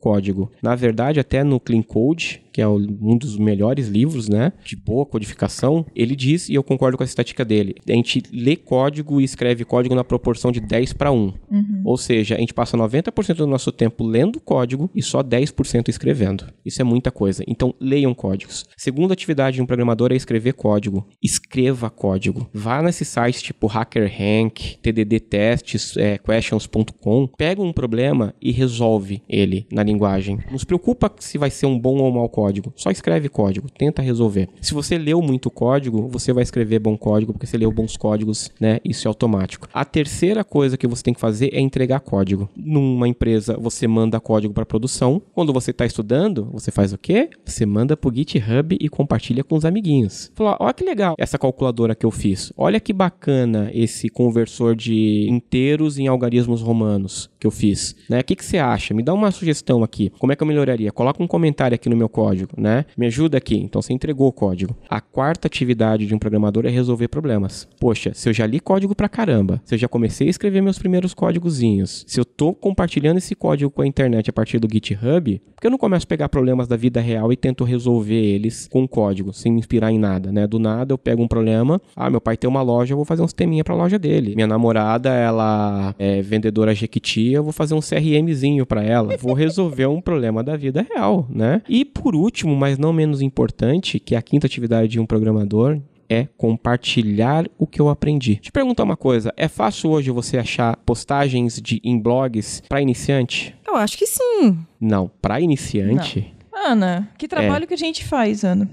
código. Na verdade, até no Clean Code, que é um dos melhores livros, né, de boa codificação, ele diz, e eu concordo com a estatística dele, a gente lê código e escreve código na proporção de 10:1. Ou seja, a gente passa 90% do nosso tempo lendo código e só 10% escrevendo. Isso é muita coisa. Então, leiam códigos. Segunda atividade de um programador é escrever código. Escreva código. Vá nesse site tipo HackerRank, TDD Tests, questions.com, pega um problema e resolve ele na linguagem. Não se preocupa se vai ser um bom ou mau código. Só escreve código. Tenta resolver. Se você leu muito código, você vai escrever bom código, porque você leu bons códigos, né? Isso é automático. A terceira coisa que você tem que fazer é entregar código. Numa empresa, você manda código para produção. Quando você está estudando, você faz o quê? Você manda pro GitHub e compartilha com os amiguinhos. Fala, olha que legal essa calculadora que eu fiz. Olha que bacana esse conversor de inteiros em algarismos romanos que eu fiz, né? O que você acha? Me dá uma sugestão aqui. Como é que eu melhoraria? Coloca um comentário aqui no meu código, né? Me ajuda aqui. Então, você entregou o código. A quarta atividade de um programador é resolver problemas. Poxa, se eu já li código pra caramba, se eu já comecei a escrever meus primeiros códigozinhos, se eu tô compartilhando esse código com a internet a partir do GitHub, por que eu não começo a pegar problemas da vida real e tento resolver eles com código, sem me inspirar em nada, né? Do nada eu pego um problema, meu pai tem uma loja, eu vou fazer um sisteminha pra loja dele. Minha namorada, ela é vendedora Jequiti, eu vou fazer um CRMzinho pra ela. Vou resolver um problema da vida real, né? E por último, mas não menos importante, que é a quinta atividade de um programador, é compartilhar o que eu aprendi. Te perguntar uma coisa, é fácil hoje você achar postagens em blogs para iniciante? Eu acho que sim. Não, para iniciante... Não. Ana, que trabalho que a gente faz, Ana?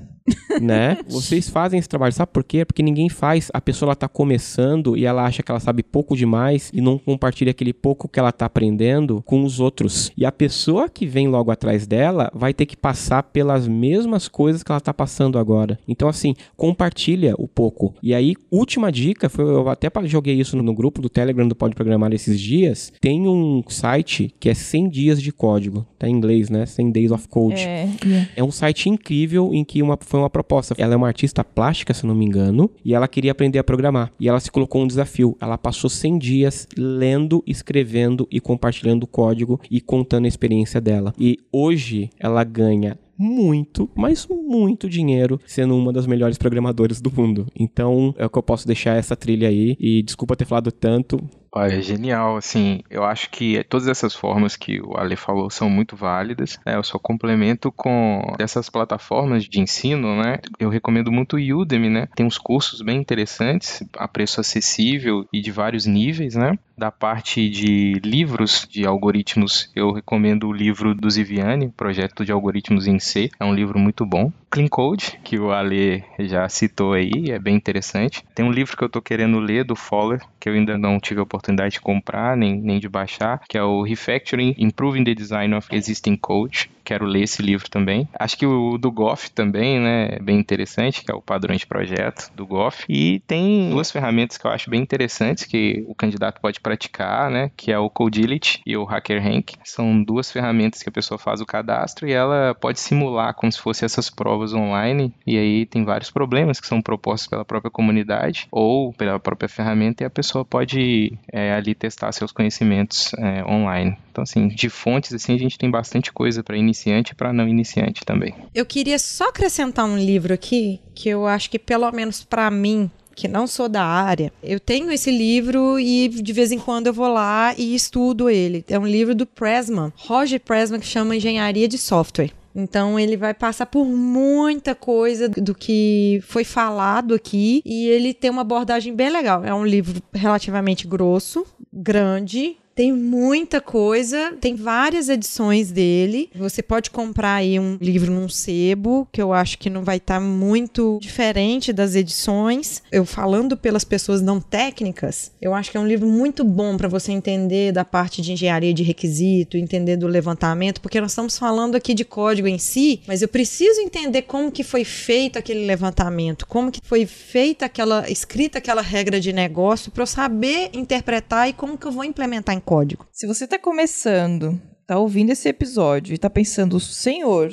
Né? Vocês fazem esse trabalho, sabe por quê? Porque ninguém faz, a pessoa ela tá começando e ela acha que ela sabe pouco demais e não compartilha aquele pouco que ela tá aprendendo com os outros. E a pessoa que vem logo atrás dela vai ter que passar pelas mesmas coisas que ela tá passando agora. Então assim, compartilha o pouco. E aí, última dica, eu até joguei isso no grupo do Telegram do Pode Programar esses dias, tem um site que é 100 dias de código, tá em inglês, né? 100 Days of Code. É um site incrível em que foi uma proposta. Ela é uma artista plástica, se não me engano, e ela queria aprender a programar. E ela se colocou um desafio. Ela passou 100 dias lendo, escrevendo e compartilhando o código e contando a experiência dela. E hoje ela ganha muito, mas muito dinheiro sendo uma das melhores programadoras do mundo. Então, é o que eu posso deixar essa trilha aí. E desculpa ter falado tanto. Olha, genial, assim, eu acho que todas essas formas que o Ale falou são muito válidas, né? Eu só complemento com essas plataformas de ensino, né? Eu recomendo muito o Udemy, né? Tem uns cursos bem interessantes, a preço acessível e de vários níveis, né? Da parte de livros de algoritmos, eu recomendo o livro do Ziviani, Projeto de Algoritmos em C, é um livro muito bom. Clean Code, que o Ale já citou aí, é bem interessante. Tem um livro que eu tô querendo ler, do Fowler, que eu ainda não tive a oportunidade de comprar, nem de baixar, que é o Refactoring, Improving the Design of Existing Code. Quero ler esse livro também. Acho que o do Goff também, né, é bem interessante, que é o Padrões de Projeto, do Goff. E tem duas ferramentas que eu acho bem interessantes, que o candidato pode praticar, né, que é o Codility e o HackerRank. São duas ferramentas que a pessoa faz o cadastro e ela pode simular como se fosse essas provas online, e aí tem vários problemas que são propostos pela própria comunidade ou pela própria ferramenta, e a pessoa pode ali testar seus conhecimentos online. Então, assim, de fontes, assim, a gente tem bastante coisa para iniciante e para não iniciante também. Eu queria só acrescentar um livro aqui, que eu acho que, pelo menos para mim, que não sou da área, eu tenho esse livro e de vez em quando eu vou lá e estudo ele. É um livro do Pressman, Roger Pressman, que chama Engenharia de Software. Então, ele vai passar por muita coisa do que foi falado aqui e ele tem uma abordagem bem legal. É um livro relativamente grosso, grande, tem muita coisa, tem várias edições dele. Você pode comprar aí um livro num sebo, que eu acho que não vai estar muito diferente das edições. Eu falando pelas pessoas não técnicas, eu acho que é um livro muito bom para você entender da parte de engenharia de requisito, entender do levantamento, porque nós estamos falando aqui de código em si, mas eu preciso entender como que foi feito aquele levantamento, como que foi feita escrita aquela regra de negócio para eu saber interpretar e como que eu vou implementar em código. Se você tá começando, tá ouvindo esse episódio e tá pensando, Senhor,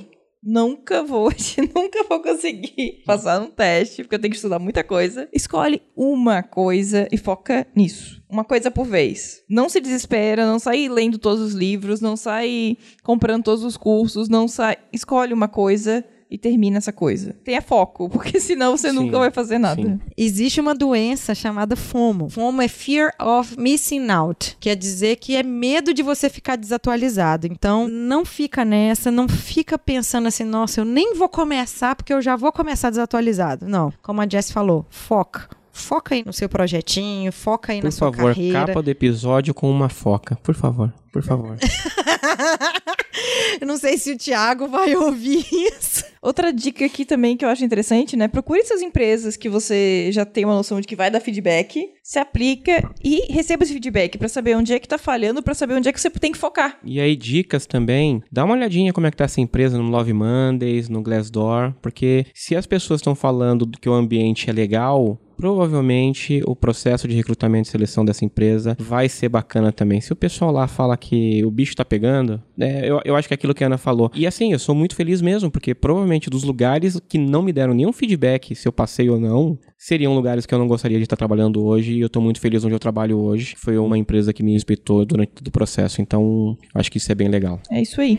nunca vou conseguir passar num teste, porque eu tenho que estudar muita coisa. Escolhe uma coisa e foca nisso. Uma coisa por vez. Não se desespera, não sai lendo todos os livros, não sai comprando todos os cursos, não sai... Escolhe uma coisa e termina essa coisa. Tenha foco, porque senão você nunca vai fazer nada. Sim. Existe uma doença chamada FOMO. FOMO é Fear of Missing Out. Quer dizer que é medo de você ficar desatualizado. Então, não fica nessa, não fica pensando assim, nossa, eu nem vou começar porque eu já vou começar desatualizado. Não. Como a Jess falou, foca. Foca aí no seu projetinho, foca aí na sua carreira. Por favor, capa do episódio com uma foca. Por favor, por favor. Eu não sei se o Thiago vai ouvir isso. Outra dica aqui também que eu acho interessante, né? Procure essas empresas que você já tem uma noção de que vai dar feedback, se aplica e receba esse feedback pra saber onde é que tá falhando, pra saber onde é que você tem que focar. E aí, dicas também, dá uma olhadinha como é que tá essa empresa no Love Mondays, no Glassdoor, porque se as pessoas estão falando que o ambiente é legal, provavelmente o processo de recrutamento e seleção dessa empresa vai ser bacana também. Se o pessoal lá fala que o bicho tá pegando, eu acho que é aquilo que a Ana falou. E assim, eu sou muito feliz mesmo, porque provavelmente dos lugares que não me deram nenhum feedback se eu passei ou não, seriam lugares que eu não gostaria de estar trabalhando hoje, e eu tô muito feliz onde eu trabalho hoje. Foi uma empresa que me respeitou durante todo o processo, então acho que isso é bem legal. É isso aí.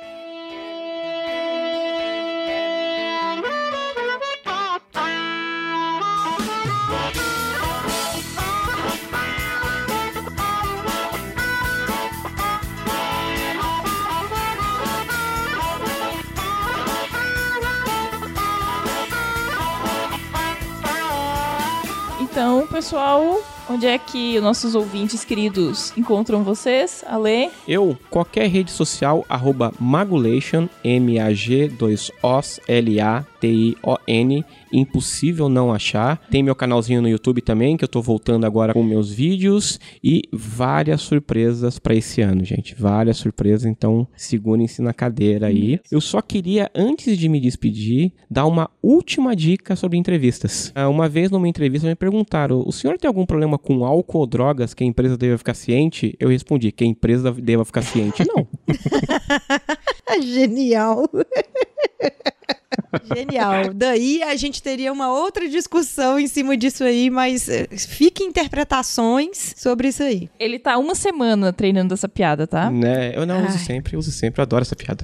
Então, pessoal, onde é que os nossos ouvintes queridos encontram vocês? Ale? Eu, qualquer rede social, @magulation, MAG2OSLATION, impossível não achar. Tem meu canalzinho no YouTube também, que eu tô voltando agora com meus vídeos, e várias surpresas pra esse ano, gente. Várias surpresas, então segurem-se na cadeira aí. Eu só queria, antes de me despedir, dar uma última dica sobre entrevistas. Uma vez numa entrevista me perguntaram, o senhor tem algum problema com álcool ou drogas que a empresa deva ficar ciente? Eu respondi, que a empresa deva ficar ciente, não. Genial. Genial. Daí a gente teria uma outra discussão em cima disso aí, mas fiquem interpretações sobre isso aí. Ele tá uma semana treinando essa piada, tá? Né? Eu não uso sempre, eu adoro essa piada.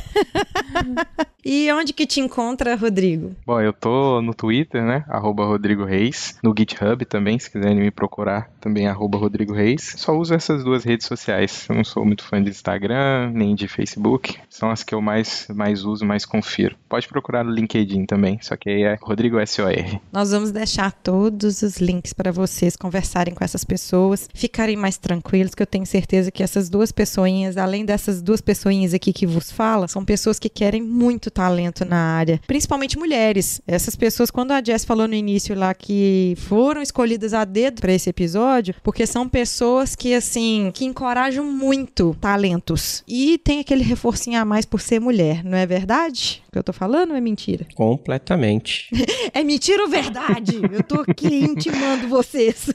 E onde que te encontra, Rodrigo? Bom, eu tô no Twitter, né? @Rodrigo Reis. No GitHub também, se quiserem me procurar, também @Rodrigo Reis. Só uso essas duas redes sociais. Eu não sou muito fã de Instagram, nem de Facebook. São as que eu mais uso, mais confiro. Pode procurar no LinkedIn também, só que aí é Rodrigo SOR. Nós vamos deixar todos os links para vocês conversarem com essas pessoas, ficarem mais tranquilos, que eu tenho certeza que essas duas pessoinhas, além dessas duas pessoinhas aqui que vos fala, são pessoas que querem muito talento na área, principalmente mulheres. Essas pessoas, quando a Jess falou no início lá que foram escolhidas a dedo para esse episódio, porque são pessoas que, assim, que encorajam muito talentos. E tem aquele reforcinho a mais por ser mulher, não é verdade? O que eu tô falando ou é mentira? Completamente. É mentira ou verdade? Eu tô aqui intimando vocês.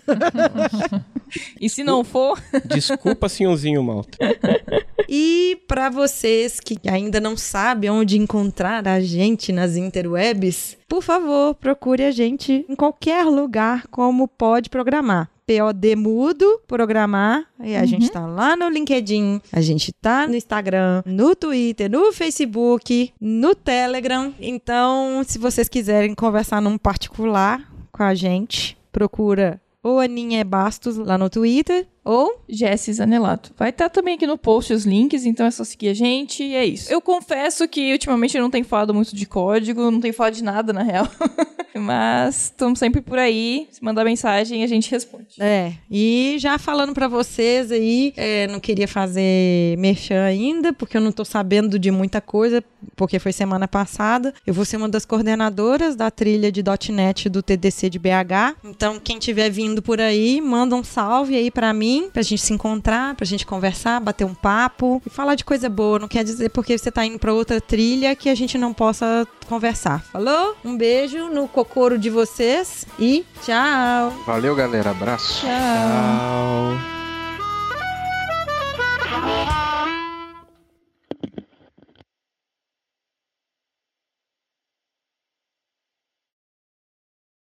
E se não for... Desculpa, senhorzinho Malta. E para vocês que ainda não sabem onde encontrar a gente nas interwebs, por favor, procure a gente em qualquer lugar como Pode Programar. POD mudo, programar, e a gente tá lá no LinkedIn, a gente tá no Instagram, no Twitter, no Facebook, no Telegram. Então, se vocês quiserem conversar num particular com a gente, procura ou Aninha Bastos lá no Twitter, ou Jess Zanelato. Vai estar também aqui no post os links, então é só seguir a gente e é isso. Eu confesso que ultimamente eu não tenho falado muito de código, não tenho falado de nada, na real. Mas estamos sempre por aí. Se mandar mensagem, a gente responde. E já falando pra vocês aí, não queria fazer merchan ainda, porque eu não tô sabendo de muita coisa, porque foi semana passada. Eu vou ser uma das coordenadoras da trilha de .NET do TDC de BH. Então, quem tiver vindo por aí, manda um salve aí pra mim, pra gente se encontrar, pra gente conversar, bater um papo e falar de coisa boa. Não quer dizer porque você tá indo pra outra trilha que a gente não possa conversar. Falou? Um beijo no cocoro de vocês e tchau! Valeu, galera. Abraço. Tchau.